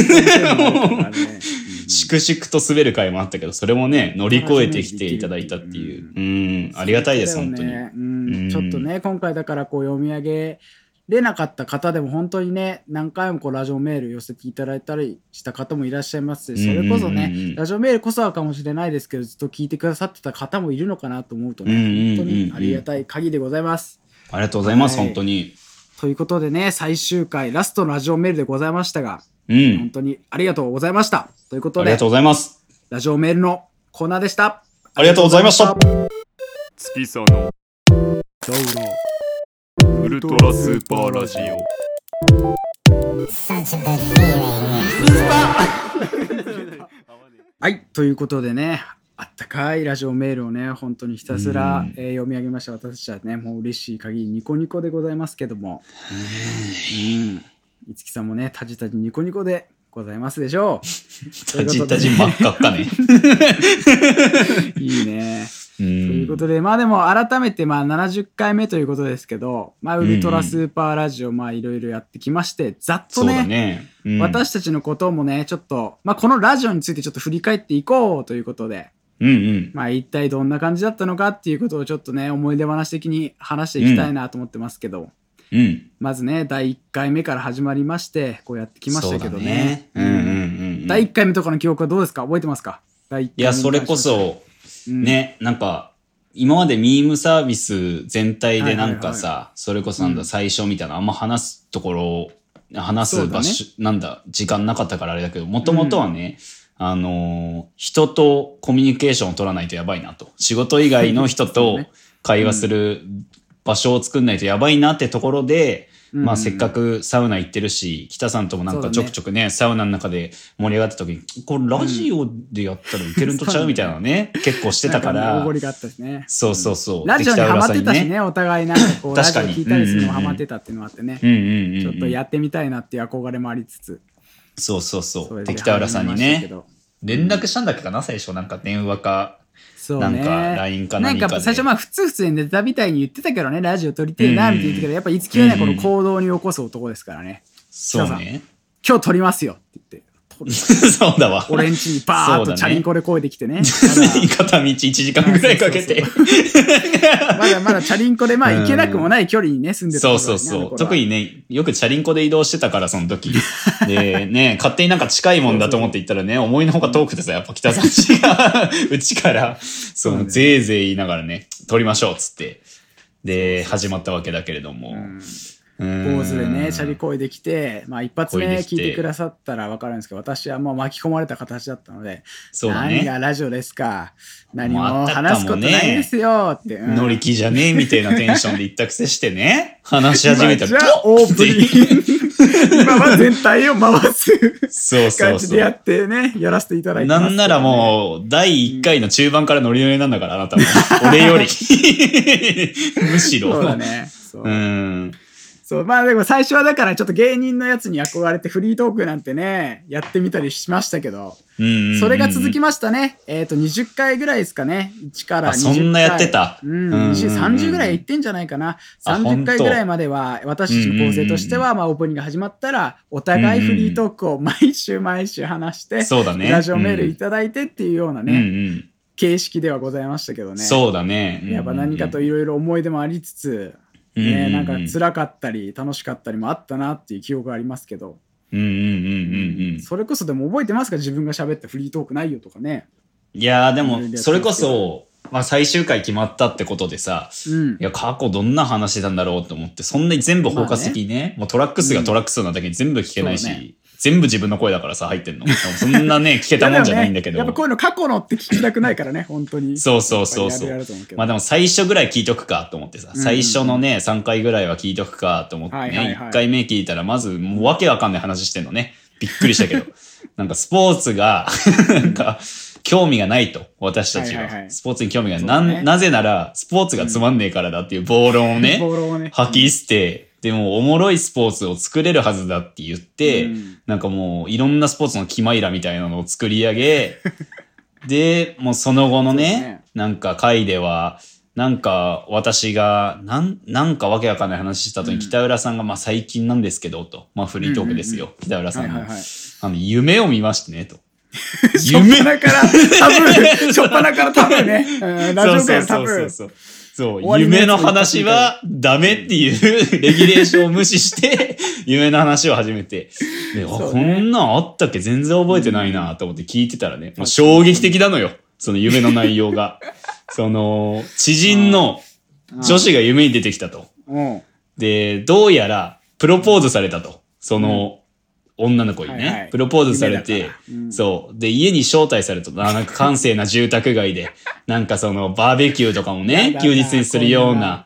粛々と滑る回もあったけど、それもね、乗り越えてきていただいたっていう。ありがたいです、本当に。 ちょっとね、今回だから読み上げ、れなかった方でも本当にね、何回もラジオメール寄せていただいたりした方もいらっしゃいますし、それこそね、ラジオメールこそはかもしれないですけど、ずっと聞いてくださってた方もいるのかなと思うとね、本当にありがたい限りでございます。 ありがとうございます、本当に。 ということでね、最終回、ラストのラジオメールでございましたが、本当にありがとうございました。ということで、 ありがとうございます。 ラジオメールのコーナーでした。 ありがとうございました。 月さのウルトラスーパーラジオ。 はい、ということでね、あったかいラジオメールをね、本当にひたすら、読み上げました。私たちはね、もう嬉しい限りニコニコでございますけども、いつきさんもね、たじたじニコニコでございますでしょう。 たじたじ真っ赤っかね。 いいね。ということで、でも改めて70回目ということですけど、ウルトラスーパーラジオ、いろいろやってきまして、ざっとね、私たちのこともね、ちょっと、このラジオについてちょっと振り返っていこうということで、一体どんな感じだったのかっていうことをちょっとね、思い出話的に話していきたいなと思ってますけど、まずね、第1回目から始まりまして、こうやってきましたけどね。第1回目とかの記憶はどうですか？覚えてますか？ いや、それこそ、ね、なんか、今までミームサービス全体でなんかさ、それこそ最初みたいな、あんま話すところ、話す場所、時間なかったからあれだけど、もともとはね、人とコミュニケーションを取らないとやばいなと。仕事以外の人と会話する場所を作んないとやばいなってところで、せっかくサウナ行ってるし、北さんともなんかちょくちょくね、サウナの中で盛り上がった時に、これラジオでやったらいけるんとちゃうみたいなね、結構してたから。 おごりがあったですね。 そうそうそう。 ラジオにハマってたしね、お互いなんかこう、ラジオ聞いたりするのもハマってたっていうのもあってね。ちょっとやってみたいなっていう憧れもありつつ。 そうそうそう。敵田浦さんにね、連絡したんだっけかな、最初なんか電話か。なんか LINE か何かで。 なんか最初普通にネタみたいに言ってたけどね、ラジオ撮りてえなみたいな言ってたけど、やっぱいつきはね、この行動に起こす男ですからね。 そうね。 今日撮りますよって言って。 そうだわ。 俺ん家にバーッとチャリンコで声できてね。 片道1時間ぐらいかけて。 まだチャリンコで行けなくもない距離にね、住んでた。 そう。特にね、よくチャリンコで移動してたから、その時。で、ね、勝手になんか近いもんだと思って行ったらね、思いのほか遠くてさ、やっぱ北さん家が、うちから、ぜーぜー言いながらね、撮りましょうっつって。で、始まったわけだけれども。 坊主でね、チャリこいできて、一発目聞いてくださったら分かるんですけど、私はもう巻き込まれた形だったので、何がラジオですか、何も話すことないですよって。 乗り気じゃねえみたいなテンションで言ったくせしてね、話し始めたら、 オープニング。今は全体を回す感じでやってね、やらせていただいてます。 なんならもう、第1回の中盤からノリノリなんだから、あなたも。俺より。むしろ。 そうだね。 そう、まあでも最初はだからちょっと芸人のやつに憧れてフリートークなんてね、やってみたりしましたけど、それが続きましたね。20回ぐらいですかね。1から20回。 そんなやってた。 30ぐらい行ってんじゃないかな。30回ぐらいまでは、私たちの構成としては、まあオープニングが始まったら、お互いフリートークを毎週毎週話して、 そうだね。 ラジオメールいただいてっていうようなね、形式ではございましたけどね。 そうだね。 やっぱ何かといろいろ思い出もありつつ、なんか辛かったり楽しかったりもあったなっていう記憶がありますけど、それこそでも覚えてますか、自分が喋ったフリートーク内容とかね。 いやーでもそれこそ、まあ、最終回決まったってことでさ、いや過去どんな話してたんだろうと思って、そんなに全部包括的にね、もうトラック数がトラック数なだけに全部聞けないし、全部自分の声だからさ入ってんの。そんなね聞けたもんじゃないんだけど。 やっぱこういうの過去のって聞きたくないからね、本当に。 そう。まあでも最初ぐらい聞いとくかと思ってさ、最初のね3回ぐらいは聞いとくかと思ってね、1回目聞いたらまずもうわけわかんない話してんのね。びっくりしたけど。なんかスポーツがなんか興味がないと、私たちは。スポーツに興味がない。なぜならスポーツがつまんねえからだっていう暴論をね、吐き捨て、でもおもろいスポーツを作れるはずだって言って、なんかもういろんなスポーツのキマイラみたいなのを作り上げ、で、もうその後のね、なんか回では、なんか私がなんかわけわかんない話した後に北浦さんがまあ最近なんですけどと、まあフリートークですよ、北浦さんの。夢を見ましてねと。 夢初っ端からタブーね。ラジオ界のタブー。 そう、夢の話はダメっていうレギュレーションを無視して、夢の話を始めて、で、こんなんあったっけ全然覚えてないなと思って聞いてたらね、もう衝撃的なのよ。その夢の内容が。その、知人の女子が夢に出てきたと。で、どうやらプロポーズされたと。その、女の子にね、プロポーズされて、そう。で、家に招待されたと。なんか閑静な住宅街で、なんかそのバーベキューとかもね、休日にするような、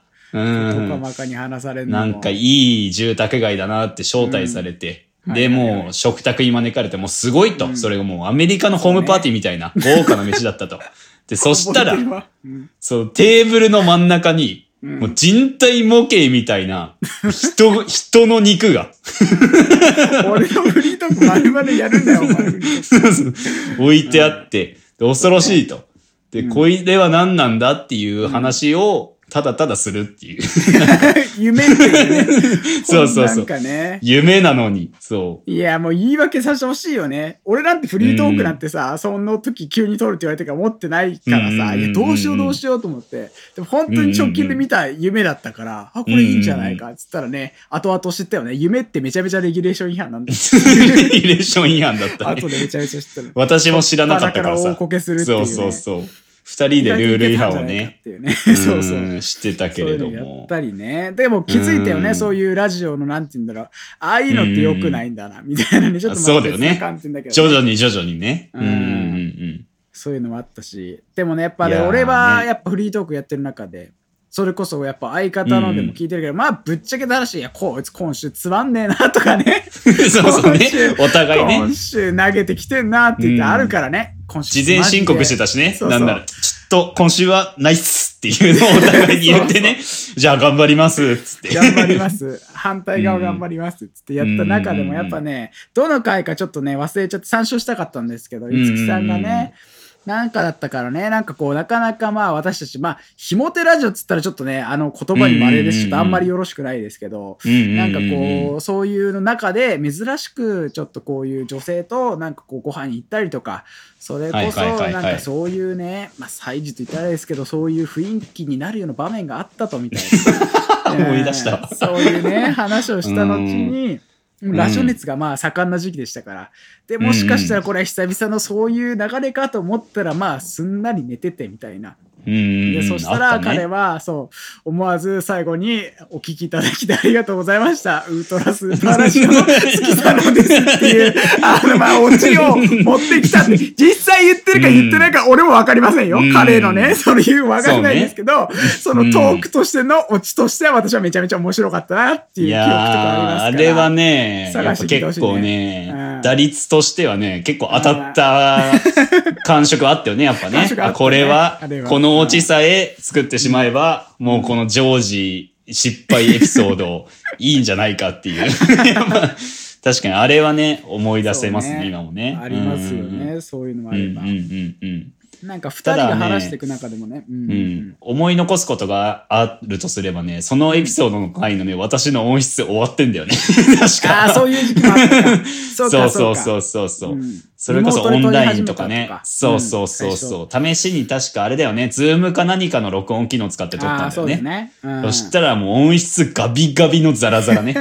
なんかいい住宅街だなって招待されて、で、もう食卓に招かれて、もうすごいと。それがもうアメリカのホームパーティーみたいな豪華な飯だったと。で、そしたら、そう、テーブルの真ん中に、もう人体模型みたいな人の肉が俺のフリートーク丸々やるんだよ、お前。 置いてあって、恐ろしいと。で、これは何なんだっていう話をただただするっていう。 夢っていうね。 そう。 なんかね。 夢なのに。そう。 いや、もう言い訳させてほしいよね。俺なんてフリートークなんてさ、その時急に撮るって言われてから持ってないからさ、いや、どうしようと思って。でも本当に直近で見た夢だったから、これいいんじゃないかっつったらね、後々知ったよね。夢ってめちゃめちゃレギュレーション違反なんだ。 レギュレーション違反だったね。 後でめちゃめちゃ知ったの。 私も知らなかったからさ。 大こけするっていう、ね。 そう。二人でルール違反をね、してたけれども。 やったりね。でも気づいたよね、そういうラジオのなんて言うんだろう。ああいうのって良くないんだな、みたいなね。ちょっとそうだよね。徐々にね。 そういうのもあったし。でもね、やっぱね、俺はやっぱフリートークやってる中で、それこそやっぱ相方のでも聞いてるけど、まあぶっちゃけた話、いや、こいつ今週つまんねえなとかね。 そうね。お互いね。 今週投げてきてんなって言ってあるからね。 事前申告してたしね。なんなら、ちょっと今週はナイスっていうのをお互いに言ってね。じゃあ頑張りますつって。 頑張ります。反対側頑張りますつってやった中でもやっぱね、どの回かちょっとね、忘れちゃって参照したかったんですけど、いつきさんがね、なんかだったからね、なんかこう、なかなかまあ私たち、まあ、ひもてラジオっつったらちょっとね、言葉に稀ですし、あんまりよろしくないですけど、なんかこう、そういうの中で珍しく、ちょっとこういう女性となんかこうご飯に行ったりとか、それこそなんかそういうね、まあ祭事と言ったらですけど、そういう雰囲気になるような場面があったとみたいな。 思い出した。 そういうね、話をした後に、ラジオ熱がまあ盛んな時期でしたから。で、もしかしたらこれは久々のそういう流れかと思ったら、まあすんなり寝ててみたいな。でそしたら彼は、そう思わず最後にお聞きいただきでありがとうございました。ウルトラスーパーラジオの好きさのですっていうまあオチを持ってきたんで、実際言ってるか言ってないか俺も分かりませんよ。彼のね、そういう分かんないですけど、そのトークとしてのオチとしては私はめちゃめちゃ面白かったなっていう記憶とかありますから。 あれはね、やっぱ結構ね、打率としてはね、結構当たった感触あったよね、やっぱね。これはこのオチさえ作ってしまえば、もうこの常時失敗エピソードいいんじゃないかっていう。やっぱ確かにあれはね、思い出せますね、今もね。 ありますよね、そういうのもあれば。なんか二人が話していく中でもね、 思い残すことがあるとすればね、そのエピソードの回のね、私の音質終わってんだよね。確か。 そういう時期もあったか。 そう。それこそオンラインとかね。そう。試しに確かあれだよね、ズームか何かの録音機能使って撮ったんだよね。そしたらもう音質ガビガビのザラザラね。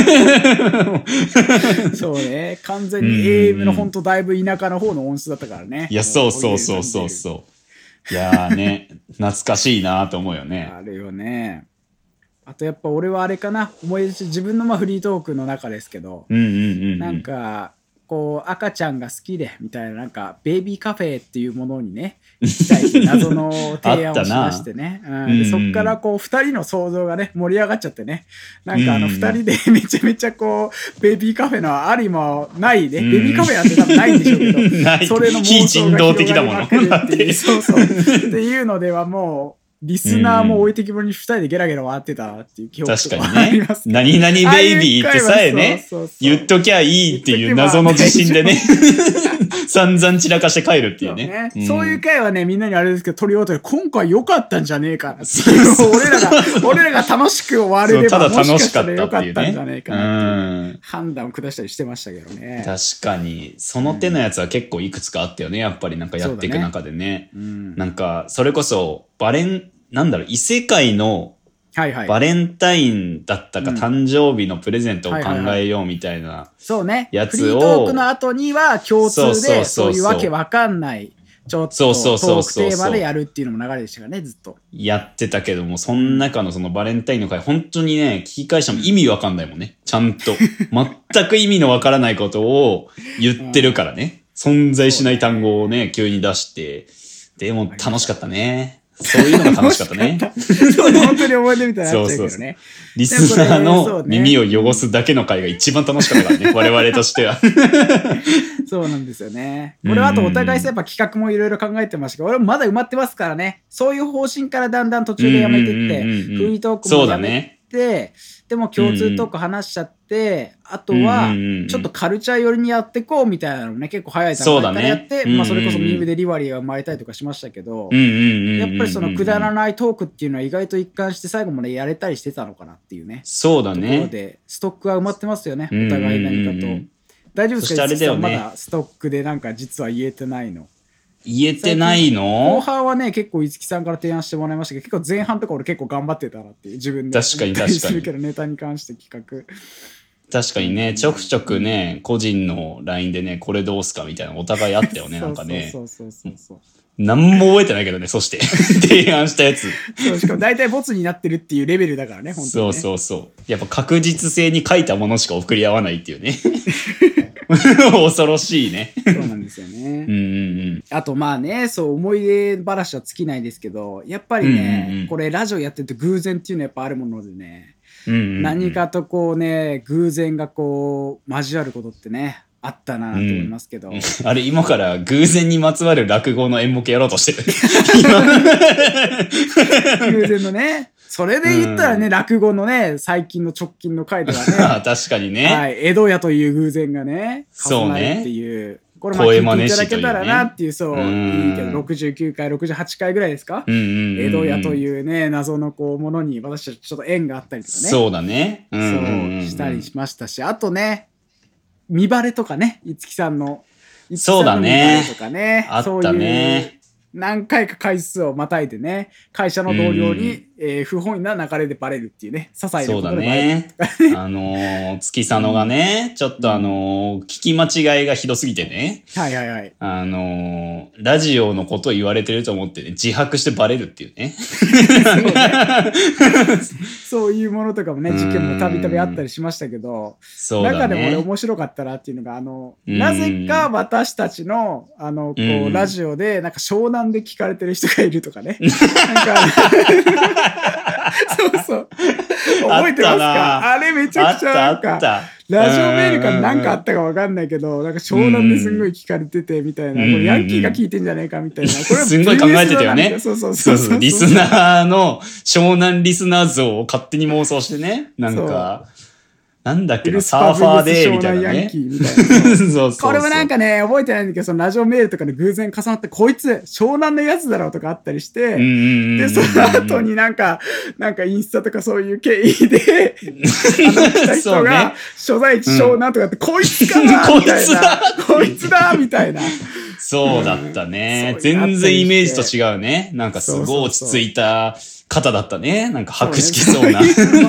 そうね。完全に AM のほんとだいぶ田舎の方の音質だったからね。 いや、そう。いやーね、懐かしいなと思うよね。 あれよね。あとやっぱ俺はあれかな、思い出し、自分のフリートークの中ですけど、なんかこう赤ちゃんが好きでみたいな、なんかベイビーカフェっていうものにね行きたいって謎の提案をしましてね、でそっからこう2人の想像がね盛り上がっちゃってね、なんか2人でめちゃめちゃこうベイビーカフェのありもないね、ベイビーカフェなんて多分ないんでしょうけど、それの妄想が広がりまくるっていう、っていうのではもうリスナーも置いてきぼりに2人でゲラゲラ笑ってたっていう記憶とかあります、ね。 何々ベイビーってさえね、言っときゃいいっていう謎の自信でね、散々散らかして帰るっていうね。 そういう回はね、みんなにあれですけど、取り終わったら今回良かったんじゃねえかな。俺らが楽しく終われれば、もしかしたら良かったんじゃねえかなっていう判断を下したりしてましたけどね。 確かに。その手のやつは結構いくつかあったよね。やっぱりなんかやっていく中でね。なんか、それこそ、異世界のバレンタインだったか誕生日のプレゼントを考えようみたいなやつを。 フリートークの後には共通でそういうわけわかんないちょっとトークテーマでやるっていうのも流れでしたからね、ずっと。 やってたけども、その中のそのバレンタインの回、本当にね、聞き返しても意味わかんないもんね。ちゃんと。全く意味のわからないことを言ってるからね。存在しない単語をね、急に出して。でも楽しかったね。そういうのが楽しかったね。 本当に思い出みたいになっちゃうけどね。 リスナーの耳を汚すだけの回が一番楽しかったからね。我々としては。 そうなんですよね。これはあとお互いやっぱ企画もいろいろ考えてましたけど、俺もまだ埋まってますからね。そういう方針からだんだん途中でやめていって、フリートークもやめて、でも共通トーク話しちゃって、あとはちょっとカルチャー寄りにやっていこうみたいなのもね、結構早い段階からやって、それこそミームでリワリーが生まれたりとかしましたけど、やっぱりそのくだらないトークっていうのは意外と一貫して最後までやれたりしてたのかなっていうね。 そうだね。ところでストックが埋まってますよね、お互い何かと。大丈夫ですか？まだストックでなんか実は言えてないの。 言えてないの？ 後半はね、結構五木さんから提案してもらいましたけど、結構前半とか俺結構頑張ってたなっていう、自分で。 確かに。 するけどネタに関して企画。 確かにね、ちょくちょくね、個人の LINE でね、これどうすかみたいなお互いあったよね、なんかね。 そう。 何も覚えてないけどね、そして。提案したやつ。 そう、しかも大体ボツになってるっていうレベルだからね、本当に、ね。 そう。やっぱ確実性に書いたものしか送り合わないっていうね。恐ろしいね。 そうなんですよね。あとまあね、そう思い出話は尽きないですけど、やっぱりね、これラジオやってると偶然っていうのはやっぱあるものでね、何かとこうね、偶然がこう交わることってね、あったなと思いますけど、 あれ今から偶然にまつわる落語の演目やろうとしてる。 偶然のね、それで言ったらね、落語のね、最近の直近の回ではね、 確かにね、 はい、江戸屋という偶然がね、重なるっていう、これ聞いていただけたらなっていう、そう、いいけど、69回、68回ぐらいですか？江戸屋というね、謎のこうものに私たちちょっと縁があったりとかね。 そうだね。 そうしたりしましたし、あとね、見バレとかね、五木さんの。 そうだね。 とかね。 あったね。 何回か回数をまたいでね、会社の同僚に、不本意な流れでバレるっていうね、些細なことでバレる。 そうだね。月佐野がね、ちょっと聞き間違いがひどすぎてね。 はい。 ラジオのことを言われてると思ってね、自白してバレるっていうね。 そういうものとかもね、事件もたびたびあったりしましたけど、 そうだね、 中でも俺面白かったなっていうのが、なぜか私たちの、こう、ラジオで、なんか湘南で聞かれてる人がいるとかね。なんかそう。覚えてますか？あれめちゃくちゃなんか、 ラジオメールから何かあったか分かんないけど、なんか湘南ですんごい聞かれててみたいな、これヤンキーが聞いてんじゃねえかみたいな、これはすんごい考えてたよね。 そうそうそうそう。リスナーの湘南リスナー像を勝手に妄想してね。なんか、なんだっけな、サーファーで、みたいなね。そうこれもなんかね、覚えてないんだけど、そのラジオメールとかで偶然重なって、こいつ、湘南のやつだろうとかあったりして、で、その後になんかインスタとかそういう経緯で、来た人が、所在地湘南とかって、こいつかなみたいな。こいつだみたいな。 そうだったね。全然イメージと違うね。なんかすごい落ち着いた方だったね。なんか博識そうな。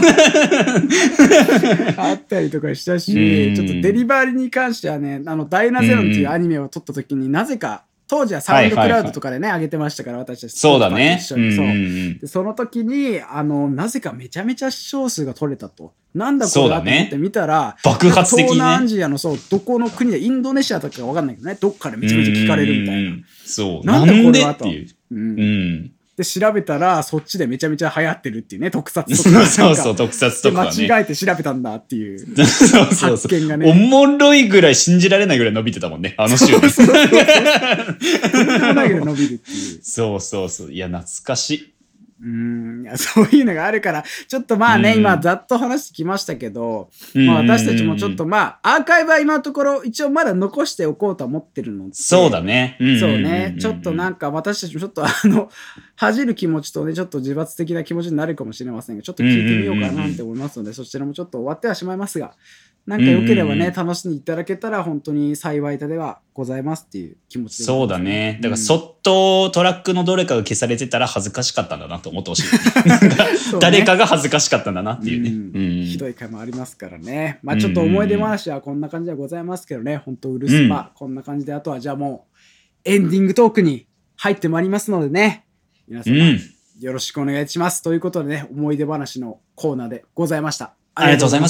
あったりとかしたし、ちょっとデリバリーに関してはね、ダイナゼロンっていうアニメを撮った時になぜか、当時はサウンドクラウドとかでね、上げてましたから、私たち。 そうだね。 そう。でその時に、なぜかめちゃめちゃ視聴数が取れたと。なんだこれだと思って見たら、 爆発的にね。 東南アジアの、そう、どこの国で、インドネシアとかわかんないけどね、どっかでめちゃめちゃ聞かれるみたいな。 そう。 なんだこれはと。で、調べたら、そっちでめちゃめちゃ流行ってるっていうね、特撮とか。 そうそう、特撮とか、ね。 間違えて調べたんだっていう。発見がね。 おもろいぐらい信じられないぐらい伸びてたもんね、あの週。 とんでもないぐらい伸びるっていう。 そうそうそう。いや、懐かしい。 いやそういうのがあるから、ちょっとまあね、今ざっと話してきましたけど、まあ私たちもちょっとまあ、アーカイブは今のところ一応まだ残しておこうとは思ってるので。 そうだね。 そうね。ちょっとなんか私たちもちょっと恥じる気持ちとね、ちょっと自罰的な気持ちになるかもしれませんが、ちょっと聞いてみようかなって思いますので、そちらもちょっと終わってはしまいますが、なんか良ければね、楽しんでいただけたら本当に幸いではございますっていう気持ちで、 ね。そうだね。だからそっとトラックのどれかが消されてたら恥ずかしかったんだなと思ってほしい。なんか誰かが恥ずかしかったんだなっていうね。 ひどい回もありますからね。まあちょっと思い出話はこんな感じではございますけどね。本当うるすま、こんな感じで、あとはじゃあもうエンディングトークに入ってまいりますのでね。皆様、よろしくお願いします。ということでね、思い出話のコーナーでございました。 ありがとうございます。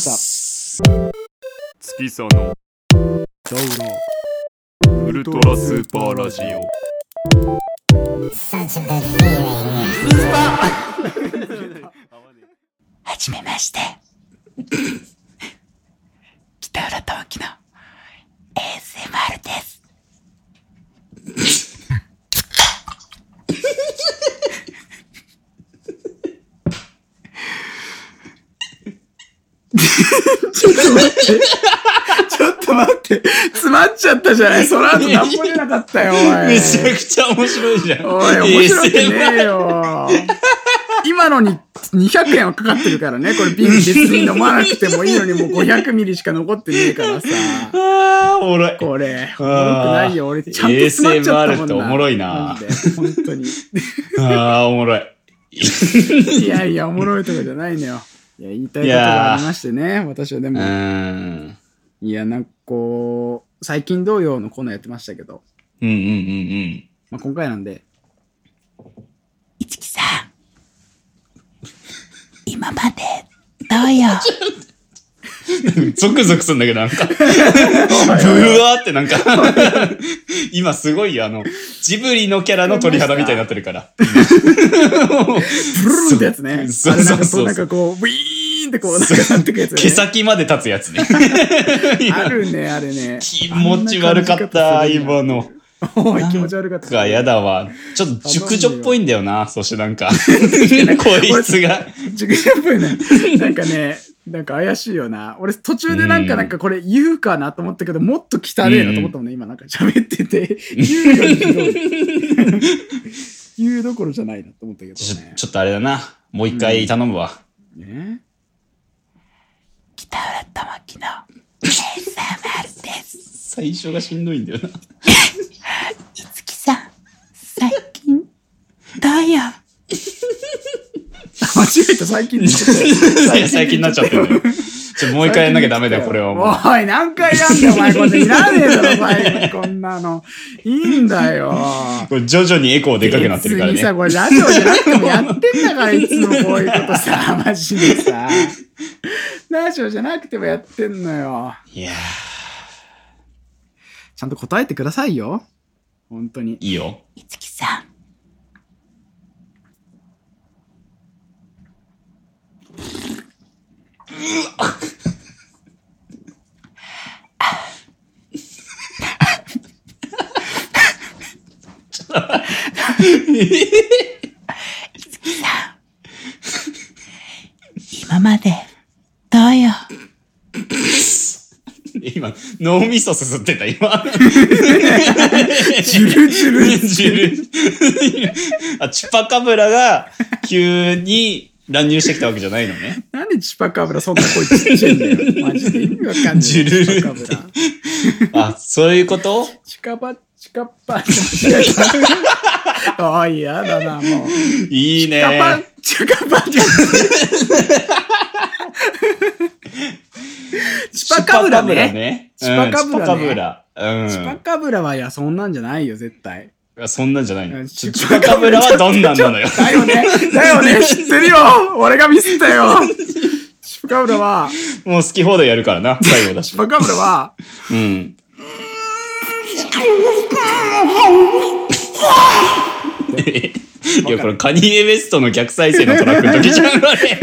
月佐のウルトラスーパーラジオ。 はじめまして。北浦智樹の ASMR です。ちょっと待って。ちょっと待って。詰まっちゃったじゃない。その後何も出なかったよ、おい。 めちゃくちゃ面白いじゃん。 おい、面白くねえよ。今のに200円はかかってるからね。これ瓶別に飲まなくてもいいのにもう500ミリしか残ってねえからさ。 ああ、おもろい。 これ、おもろくないよ。俺ちゃんと詰まっちゃったもんな。 ASMR っておもろいな。 本当に。 ああ、おもろい。 いやいや、おもろいとかじゃないのよ。いや、言いたいことがありましてね。私はでも。いや、なんかこう、最近同様のコーナーやってましたけど。まあ、今回なんで。いつきさん。今まで、どうよ。 ゾクゾクすんだけど、なんか。ブワーってなんか。今すごいジブリのキャラの鳥肌みたいになってるから。 ブルーンってやつね。そうなんかこう、ウィーンってこう、なんかなってくやつね。 毛先まで立つやつね。 あるね、あれね。 気持ち悪かった、今の。 おい、気持ち悪かった。 か、やだわ。ちょっと熟女っぽいんだよな、そしてなんか。こいつが。 熟女っぽいね。なんかね、なんか怪しいよな。俺途中でなんかこれ言うかなと思ったけど、もっと汚ねえなと思ったもんね、今なんか喋ってて。言うよりひどい。言うどころじゃないなと思ったけどね。 ちょっとあれだな。もう一回頼むわ。 北浦玉木の ASMR です。 最初がしんどいんだよな。 いつきさん、最近、どうよ。間違えた、最近に最近になっちゃってるのよ。もう一回やんなきゃダメだよ、これは。 おい、何回やんだよ、お前。これいらねえだろ、最後にこんなの。いいんだよ。 これ徐々にエコーでかくなってるからね。 別にさ、これラジオじゃなくてもやってんだから、いつもこういうことさ、マジでさ。ラジオじゃなくてもやってんのよ。 いやー。 ちゃんと答えてくださいよ。本当に。 いいよ。 いつきさん。 今までどうよ。 今、脳みそすすってた、今。 ジュルジュル。 ジュル。あ、チュパカブラが急に乱入してきたわけじゃないのね。 なんでチュパカブラそんな声ちっちゃいんだよ。マジで意味わかんない。 ジュルルチュパカブラ。 あ、そういうこと？ チカパ、チカッパ。おい、やだな、もう。 いいね。 チカパ、チパカブラね。 チパカブラね。チパカブラ。 チパカブラは、いや、そんなんじゃないよ、絶対。 そんなんじゃないの。チパカブラはどんなんなのよ。 だよね。だよね。知ってるよ。俺がミスったよ。チパカブラは。 もう好き放題やるからな、最後だし。 チパカブラは。 うん。いや、これカニエ・ウェストの逆再生のトラックの時じゃん、あれ。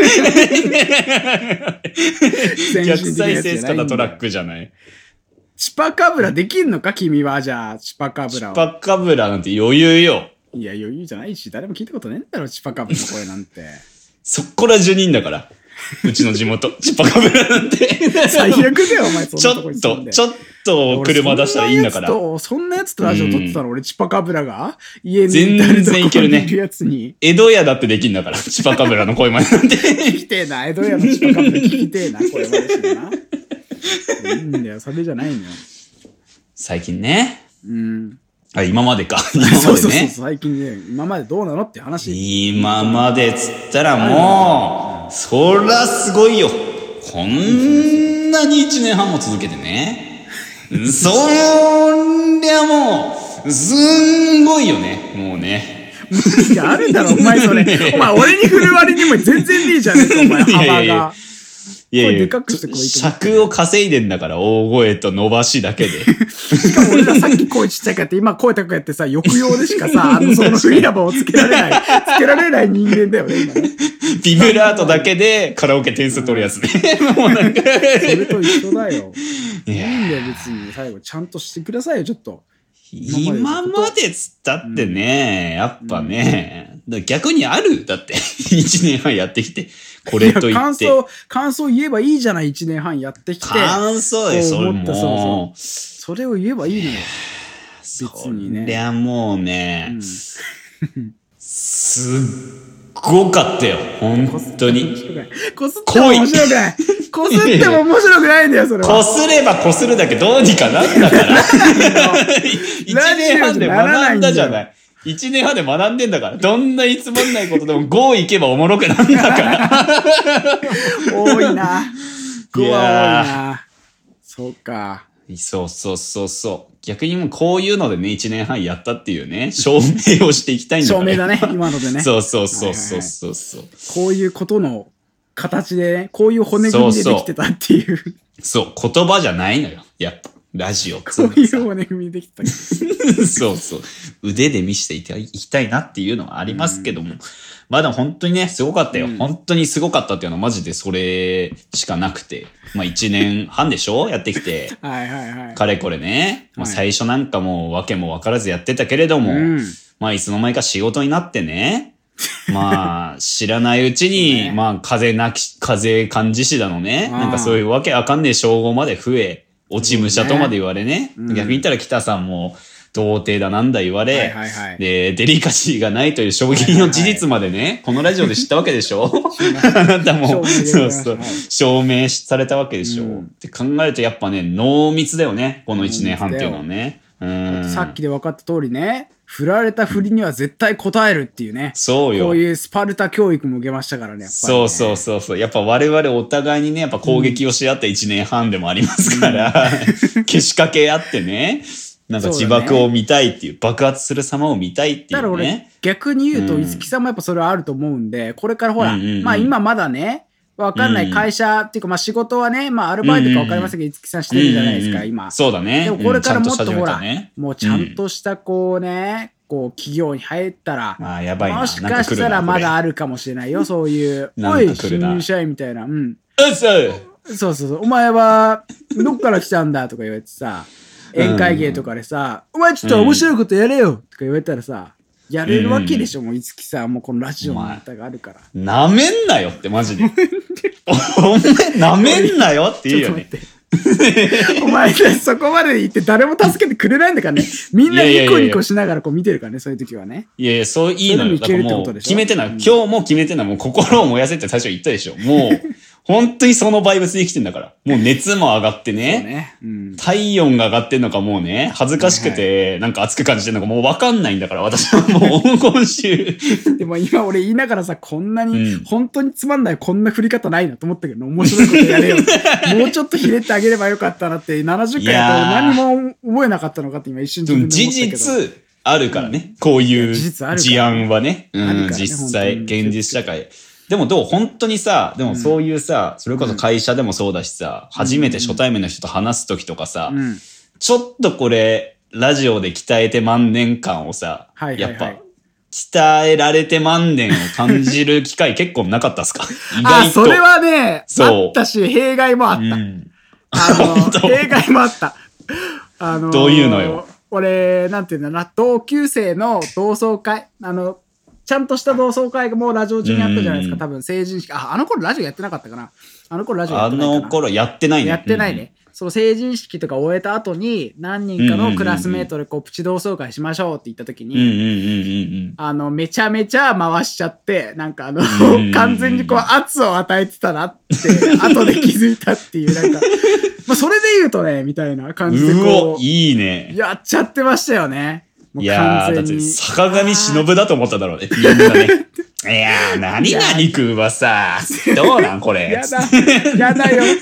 逆再生したトラックじゃない。 チパカブラできんのか君は。じゃあ、チパカブラは。 チパカブラなんて余裕よ。 いや、余裕じゃないし、誰も聞いたことねえんだろ、チパカブラの声なんて。 そっこらジュニンだから。うちの地元、チパカブラなんて。 最悪だよ、お前、そんなとこに住んで。 ちょっと車出したらいいんだから。 そんなやつとラジオ撮ってたの、俺、チパカブラが家に全然いけるね。 いるやつに。 江戸屋だってできんだから、チパカブラの声までなんて。 聞きてえな、江戸屋のチパカブラ聞きてえな、声までしてな。いいんだよ、それじゃないのよ。 最近ね。 うん。 あ、今までか。今までね。 そう最近ね、今までどうなのって話。 今までつったらもう、そらすごいよ。こんなに1年半も続けてね。そりゃもう、すんごいよね。もうね。 無理があるんだろ、お前それ。お前、俺に振る割にも全然ねえじゃねえか、お前、幅が。 いやいや、尺を稼いでんだから、大声と伸ばしだけで。 しかも俺らさっき声ちっちゃくやって、今声高くやってさ、抑揚でしかさ、その振り幅をつけられない人間だよね、今ね。 ビブラートだけでカラオケ点数取るやつね。もうなんか。それと一緒だよ。いいんだよ、別に。最後、ちゃんとしてくださいよ、ちょっと。 今までつったってね、やっぱね、逆にあるだって、1年半やってきて。これと言って。 感想言えばいいじゃない、1年半やってきて。 感想で、それも。 それを言えばいいのよ。別にね。 いや、もうね、すっごかったよ、本当に。 こすっても面白くない。こすっても面白くないんだよ、それは。 こすればこするだけどうにかなんだから。1年半で学んだじゃない。1年半で学んでんだから。どんないつもんないことでも5行けばおもろくなんだから。 多いな。5は多いな。そうか。 そう。逆にもうこういうのでね、1年半やったっていうね、証明をしていきたいんだから。 証明だね、今のでね。 そう。 こういうことの形でね、こういう骨組みでできてたっていう。 そう、言葉じゃないのよ。やっぱ。ラジオ。こういう骨組みできた。 そう。腕で見せていきたいなっていうのはありますけども。まあでも本当にね、すごかったよ。本当にすごかったっていうのはマジでそれしかなくて。まあ1年半でしょやってきて。 はい。 かれこれね。まあ最初なんかもう訳も分からずやってたけれども。まあいつの間にか仕事になってね。まあ、知らないうちに、まあ、風漢字師だのね。なんかそういうわけわかんねえ称号まで増え。落ち武者とまで言われね。逆に言ったら北さんも童貞だなんだ言われ、で、デリカシーがないという衝撃の事実までね、このラジオで知ったわけでしょあなたも、証明されたわけでしょ、って考えるとやっぱね、濃密だよね、この1年半っていうのはね。 さっきで分かった通りね、振られた振りには絶対答えるっていうね。 そうよ。 こういうスパルタ教育も受けましたからね、やっぱり、ね。 そう。やっぱ我々お互いにね、やっぱ攻撃をし合った1年半でもありますから、けしかけ合ってね、なんか自爆を見たいっていう、爆発する様を見たいっていうね。 だから俺、逆に言うと、五木さんもやっぱそれはあると思うんで、これからほら、まあ今まだね、わかんない会社っていうか、まあ仕事はね、まあアルバイトかわかりませんけど、五木さんしてるじゃないですか、今。 そうだね。 でもこれからもっとほら、もうちゃんとしたこうね、こう企業に入ったら、 やばいな。 もしかしたらまだあるかもしれないよ、そういう。おい、新入社員みたいな。そう。お前は、どっから来たんだとか言われてさ、 宴会芸とかでさ、お前ちょっと面白いことやれよとか言われたらさ、やれるわけでしょ、もういつきさ、もうこのラジオのネタがあるから。 なめんなよってマジで。お前なめんなよって言うよね。 お前そこまで言って誰も助けてくれないんだからね。みんなニコニコしながらこう見てるからね、そういう時はね。 いやいや、そういいのよ。だからもう決めてない。今日も決めてない。もう心を燃やせって最初言ったでしょ。もう、本当にそのバイブスで生きてんだから。もう熱も上がってね。体温が上がってんのかもうね、恥ずかしくて、なんか熱く感じてんのかもうわかんないんだから、私はもう今週。 でも今俺言いながらさ、こんなに、本当につまんないこんな振り方ないなと思ったけど、面白いことやれよ。もうちょっとひねってあげればよかったなって、70回やったら何も覚えなかったのかって今一瞬自分で思ったけど。 事実あるからね。こういう事案はね。実際、現実社会。でも本当にさ、でもそういうさ、それこそ会社でもそうだしさ、初めて初対面の人と話すときとかさ、ちょっとこれ、ラジオで鍛えて万年感をさ、やっぱ、鍛えられて万年を感じる機会結構なかったっすか？意外と。 それはね、あったし、弊害もあった。弊害もあった。 どういうのよ。 俺、なんていうんだな、同級生の同窓会、ちゃんとした同窓会がもうラジオ中にあったじゃないですか。多分成人式。あの頃ラジオやってなかったかな。あの頃ラジオやってないかな。 あの頃やってないね。 やってないね。その成人式とか終えた後に何人かのクラスメートでこうプチ同窓会しましょうって言った時に、めちゃめちゃ回しちゃって、なんか完全にこう圧を与えてたなって、後で気づいたっていう、なんか、まあそれで言うとね、みたいな感じでこう、 いいね。 やっちゃってましたよね。 いやー、だって坂上忍だと思っただろうね、みんなね。いやー、何々くんはさ、どうなんこれ。 やだよって、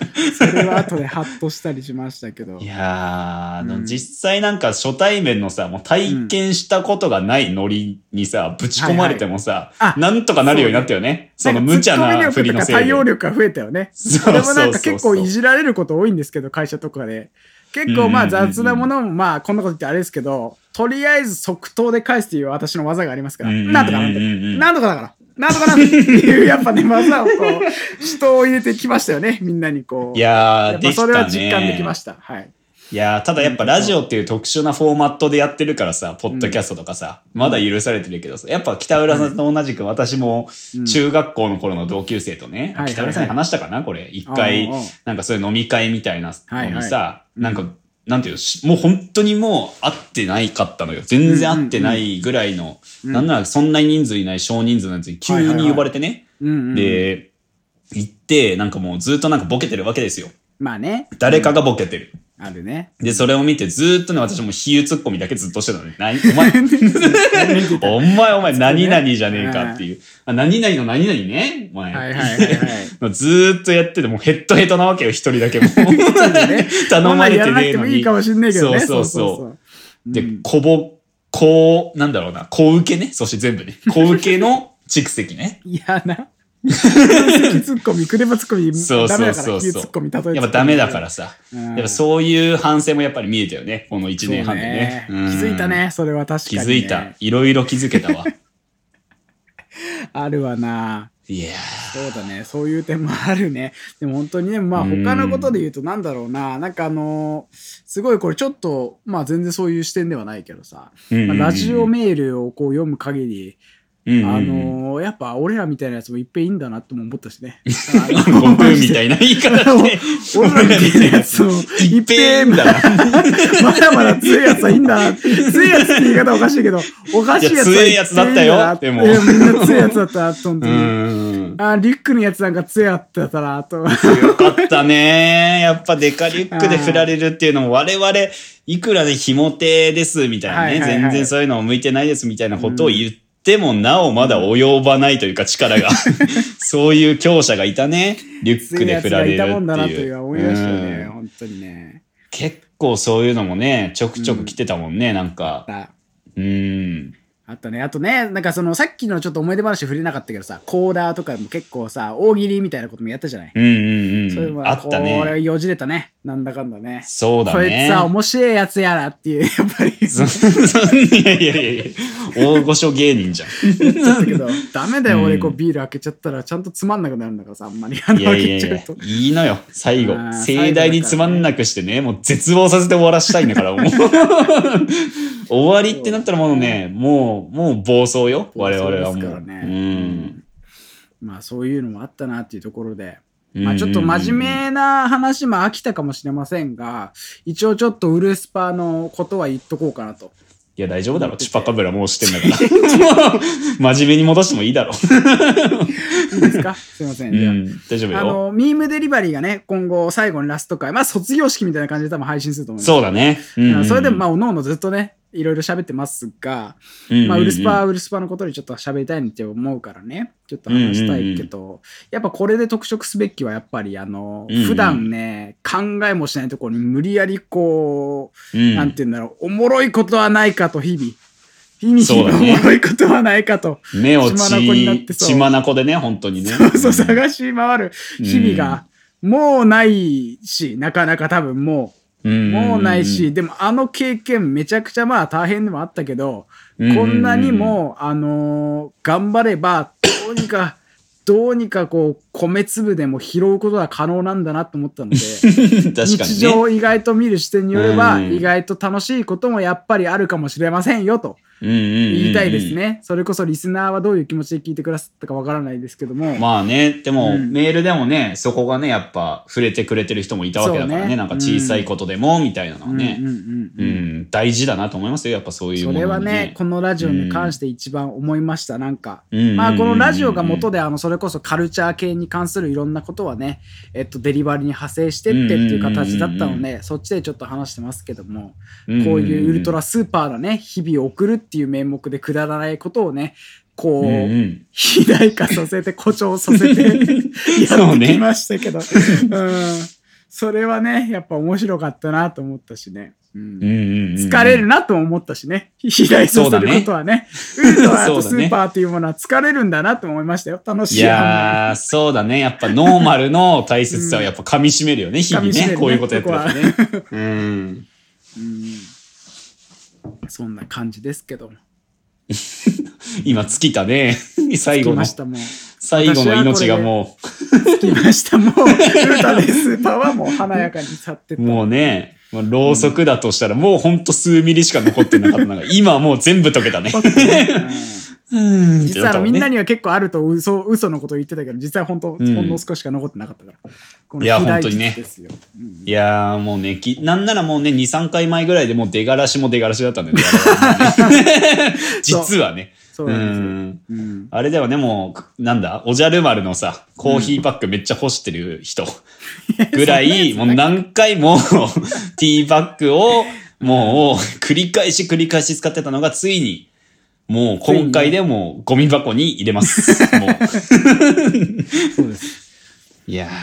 それは後でハッとしたりしましたけど。 いやー、実際なんか初対面のさ、もう体験したことがないノリにさ、ぶち込まれてもさ、なんとかなるようになったよね。その無茶な振りのせいで。 対応力が増えたよね。それもなんか結構いじられること多いんですけど、会社とかで。結構まあ雑なものもまあこんなこと言ってあれですけど、とりあえず即答で返すっていう私の技がありますから、なんとかなんとかだから、なんとかなんとかっていうやっぱね、技をこう、人を入れてきましたよね、みんなにこう。 いやー、できたね。 それは実感できました。はい。 いやー、ただやっぱラジオっていう特殊なフォーマットでやってるからさ、ポッドキャストとかさ、まだ許されてるけどさ、やっぱ北浦さんと同じく私も中学校の頃の同級生とね、北浦さんに話したかなこれ。一回、なんかそういう飲み会みたいなのにさ、なんか、なんていうの、もう本当にもう会ってないかったのよ。全然会ってないぐらいの、なんならそんなに人数いない少人数のやつに急に呼ばれてね。で、行って、なんかもうずっとなんかボケてるわけですよ。 まあね。 誰かがボケてる。 あるね。 で、それを見てずーっとね、私も比喩ツッコミだけずっとしてたのね。お前、何々じゃねえかっていう。何々の何々ね。お前。ずーっとやってて、もうヘッドヘッドなわけよ、一人だけも。頼まれてねえのに。やらなくてもいいかもしんないけどね。 そう。で、なんだろうな、小受けね。そして全部ね。小受けの蓄積ね。 嫌な。ツッコミ、クレバツッコミ、ダメだから、ツッコミ、例えば。 やっぱダメだからさ。やっぱそういう反省もやっぱり見えたよね。この1年半でね。 気づいたね、それは確かに。 気づいた。いろいろ気づけたわ。 あるわな。 いやそうだね。そういう点もあるね。でも本当にね、まあ他のことで言うとなんだろうな。なんかすごいこれちょっと、まあ全然そういう視点ではないけどさ。ラジオメールをこう読む限り、やっぱ俺らみたいなやつもいっぺんいいんだなっても思ったしね。 僕みたいな言い方で。 俺らみたいなやつもいっぺんだな。まだまだ強いやつはいいんだな。強いやつって言い方おかしいけど、おかしいやつはいいんだな。強いやつだったよ。でも。 みんな強いやつだった、本当に。リュックのやつなんか強かったな、と。 強かったね。やっぱデカリュックで振られるっていうのも我々、いくらね、ひも手ですみたいなね。全然そういうの向いてないですみたいなことを言って、でもなおまだ及ばないというか力がそういう強者がいたね。リュックで振られるっていう。いたもんだなという思いましたね。本当にね。 結構そういうのもね、ちょくちょく来てたもんね、なんか。 あったね。あとね、なんかさっきのちょっと思い出話触れなかったけどさ、コーダーとかも結構さ、大喜利みたいなこともやったじゃない。そういうのあったね。 これよじれたね。なんだかんだね。 そうだね。 こいつさ、面白いやつやなっていう、やっぱり。 いや。 大御所芸人じゃん。 言っちゃったけど、ダメだよ、俺こうビール開けちゃったらちゃんとつまんなくなるんだからさ、あんまり開けちゃうと。 いいのよ、最後。 あー盛大につまんなくしてね、もう絶望させて終わらしたいんだから、もう。終わりってなったらもうね、もう暴走よ、我々はもう。 暴走ですからねまあそういうのもあったなっていうところで、まあちょっと真面目な話も飽きたかもしれませんが、一応ちょっとウルスパのことは言っとこうかなと。 いや、大丈夫だろ。チュパカブラもうしてんだから。真面目に戻してもいいだろ。 いいですか？すいません。じゃあ大丈夫よ。 ミームデリバリーがね、今後最後にラスト回、まあ卒業式みたいな感じで多分配信すると思います。 そうだね。 それでもまあ、おのおのずっとね、いろいろ喋ってますが、まあ、ウルスパのことにちょっと喋りたいって思うからね、ちょっと話したいけど、やっぱこれで特色すべきはやっぱり普段ね、考えもしないところに無理やりこう、なんて言うんだろう、おもろいことはないかと日々おもろいことはないかと。 目を血まなこでね、本当にね。 そう、探し回る日々が、もうないし、なかなか多分もうないし、でも経験めちゃくちゃまあ大変でもあったけど、こんなにも、頑張れば、どうにかこう、米粒でも拾うことは可能なんだなと思ったので、 確かにね、 日常を意外と見る視点によれば、意外と楽しいこともやっぱりあるかもしれませんよと。言いたいですね。それこそリスナーはどういう気持ちで聞いてくださったかわからないですけども。 まあね、でも、メールでもね、そこがね、やっぱ触れてくれてる人もいたわけだからね。なんか小さいことでも、みたいなのはね、大事だなと思いますよ。やっぱそういうもの、ね。 それはね、このラジオに関して一番思いました。なんか、まあこのラジオが元でそれこそカルチャー系に関するいろんなことはね、デリバリーに派生してってっていう形だったので、そっちでちょっと話してますけども、こういうウルトラスーパーなね、日々を送るっていう名目でくだらないことをね、こう、肥大化させて誇張させてやってきましたけど、それはね、やっぱ面白かったなと思ったしね。疲れるなとも思ったしね。肥大させることはね。ウルトラとスーパーっていうものは疲れるんだなと思いましたよ。楽しい。 いやー、そうだね。やっぱノーマルの大切さはやっぱ噛み締めるよね。日々ね。こういうことやってるとね。 そんな感じですけども。 今尽きたね。最後の命がもう。尽きました。もう、ウルトラでスーパーはもう華やかに去ってった。 もうね、ろうそくだとしたらもうほんと数ミリしか残ってなかったのが、今もう全部溶けたね。 実はみんなには結構あると嘘のことを言ってたけど、実際ほんの少ししか残ってなかったから。 いや、本当にね。いやもうね、なんならもうね、2、3回前ぐらいでもう出がらしも出がらしだったんだよね。実はね。あれではね、もう、なんだ、おじゃる丸のさ、コーヒーパックめっちゃ干してる人ぐらい、もう何回もティーバッグをもう繰り返し使ってたのがついに、もう今回でもうゴミ箱に入れます。もうそうです。 いや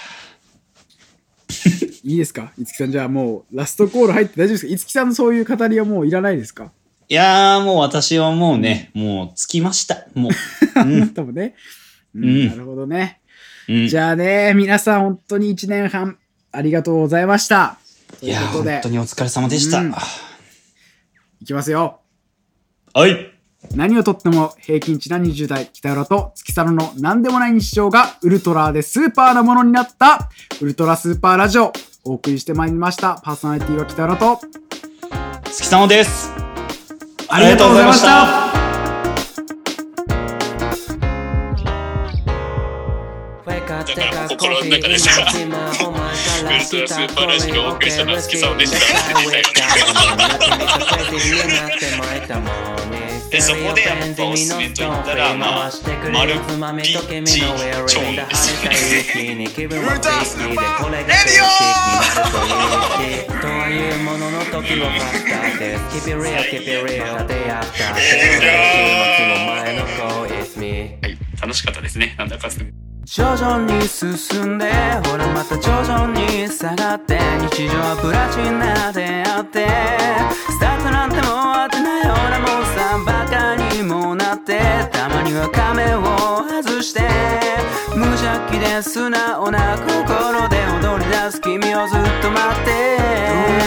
いいですかいつきさん、じゃあもうラストコール入って大丈夫ですか？いつきさんのそういう語りはもういらないですか？ いやもう私はもうね、もう着きました。もう。 多分ね。なるほどね。じゃあね、皆さん本当に1年半ありがとうございました。 いや本当にお疲れ様でした。 いきますよ。 はい。 何をとっても平均値な20代北浦と月佐野の何でもない日常がウルトラでスーパーなものになったウルトラスーパーラジオお送りしてまいりました。パーソナリティは北浦と月佐野です。 ありがとうございました。 だから心の中でさ、ウルトラスーパーラジオをお送りしたのは月佐野でしたで、そこでやっぱおすすめと言ったら、まあ、マルピッチチョンです。ウルトラスーパーレディオとはいうものの時をパスタです。Keep it real, keep it real 立てやったはい、楽しかったですね。なんだかす徐々に進んでほらまた徐々に下がって日常はプラチナであってスタートなんてもう当てないようなもんさバカにもなってたまには仮面を外して無邪気で素直な心で踊り出す君をずっと待って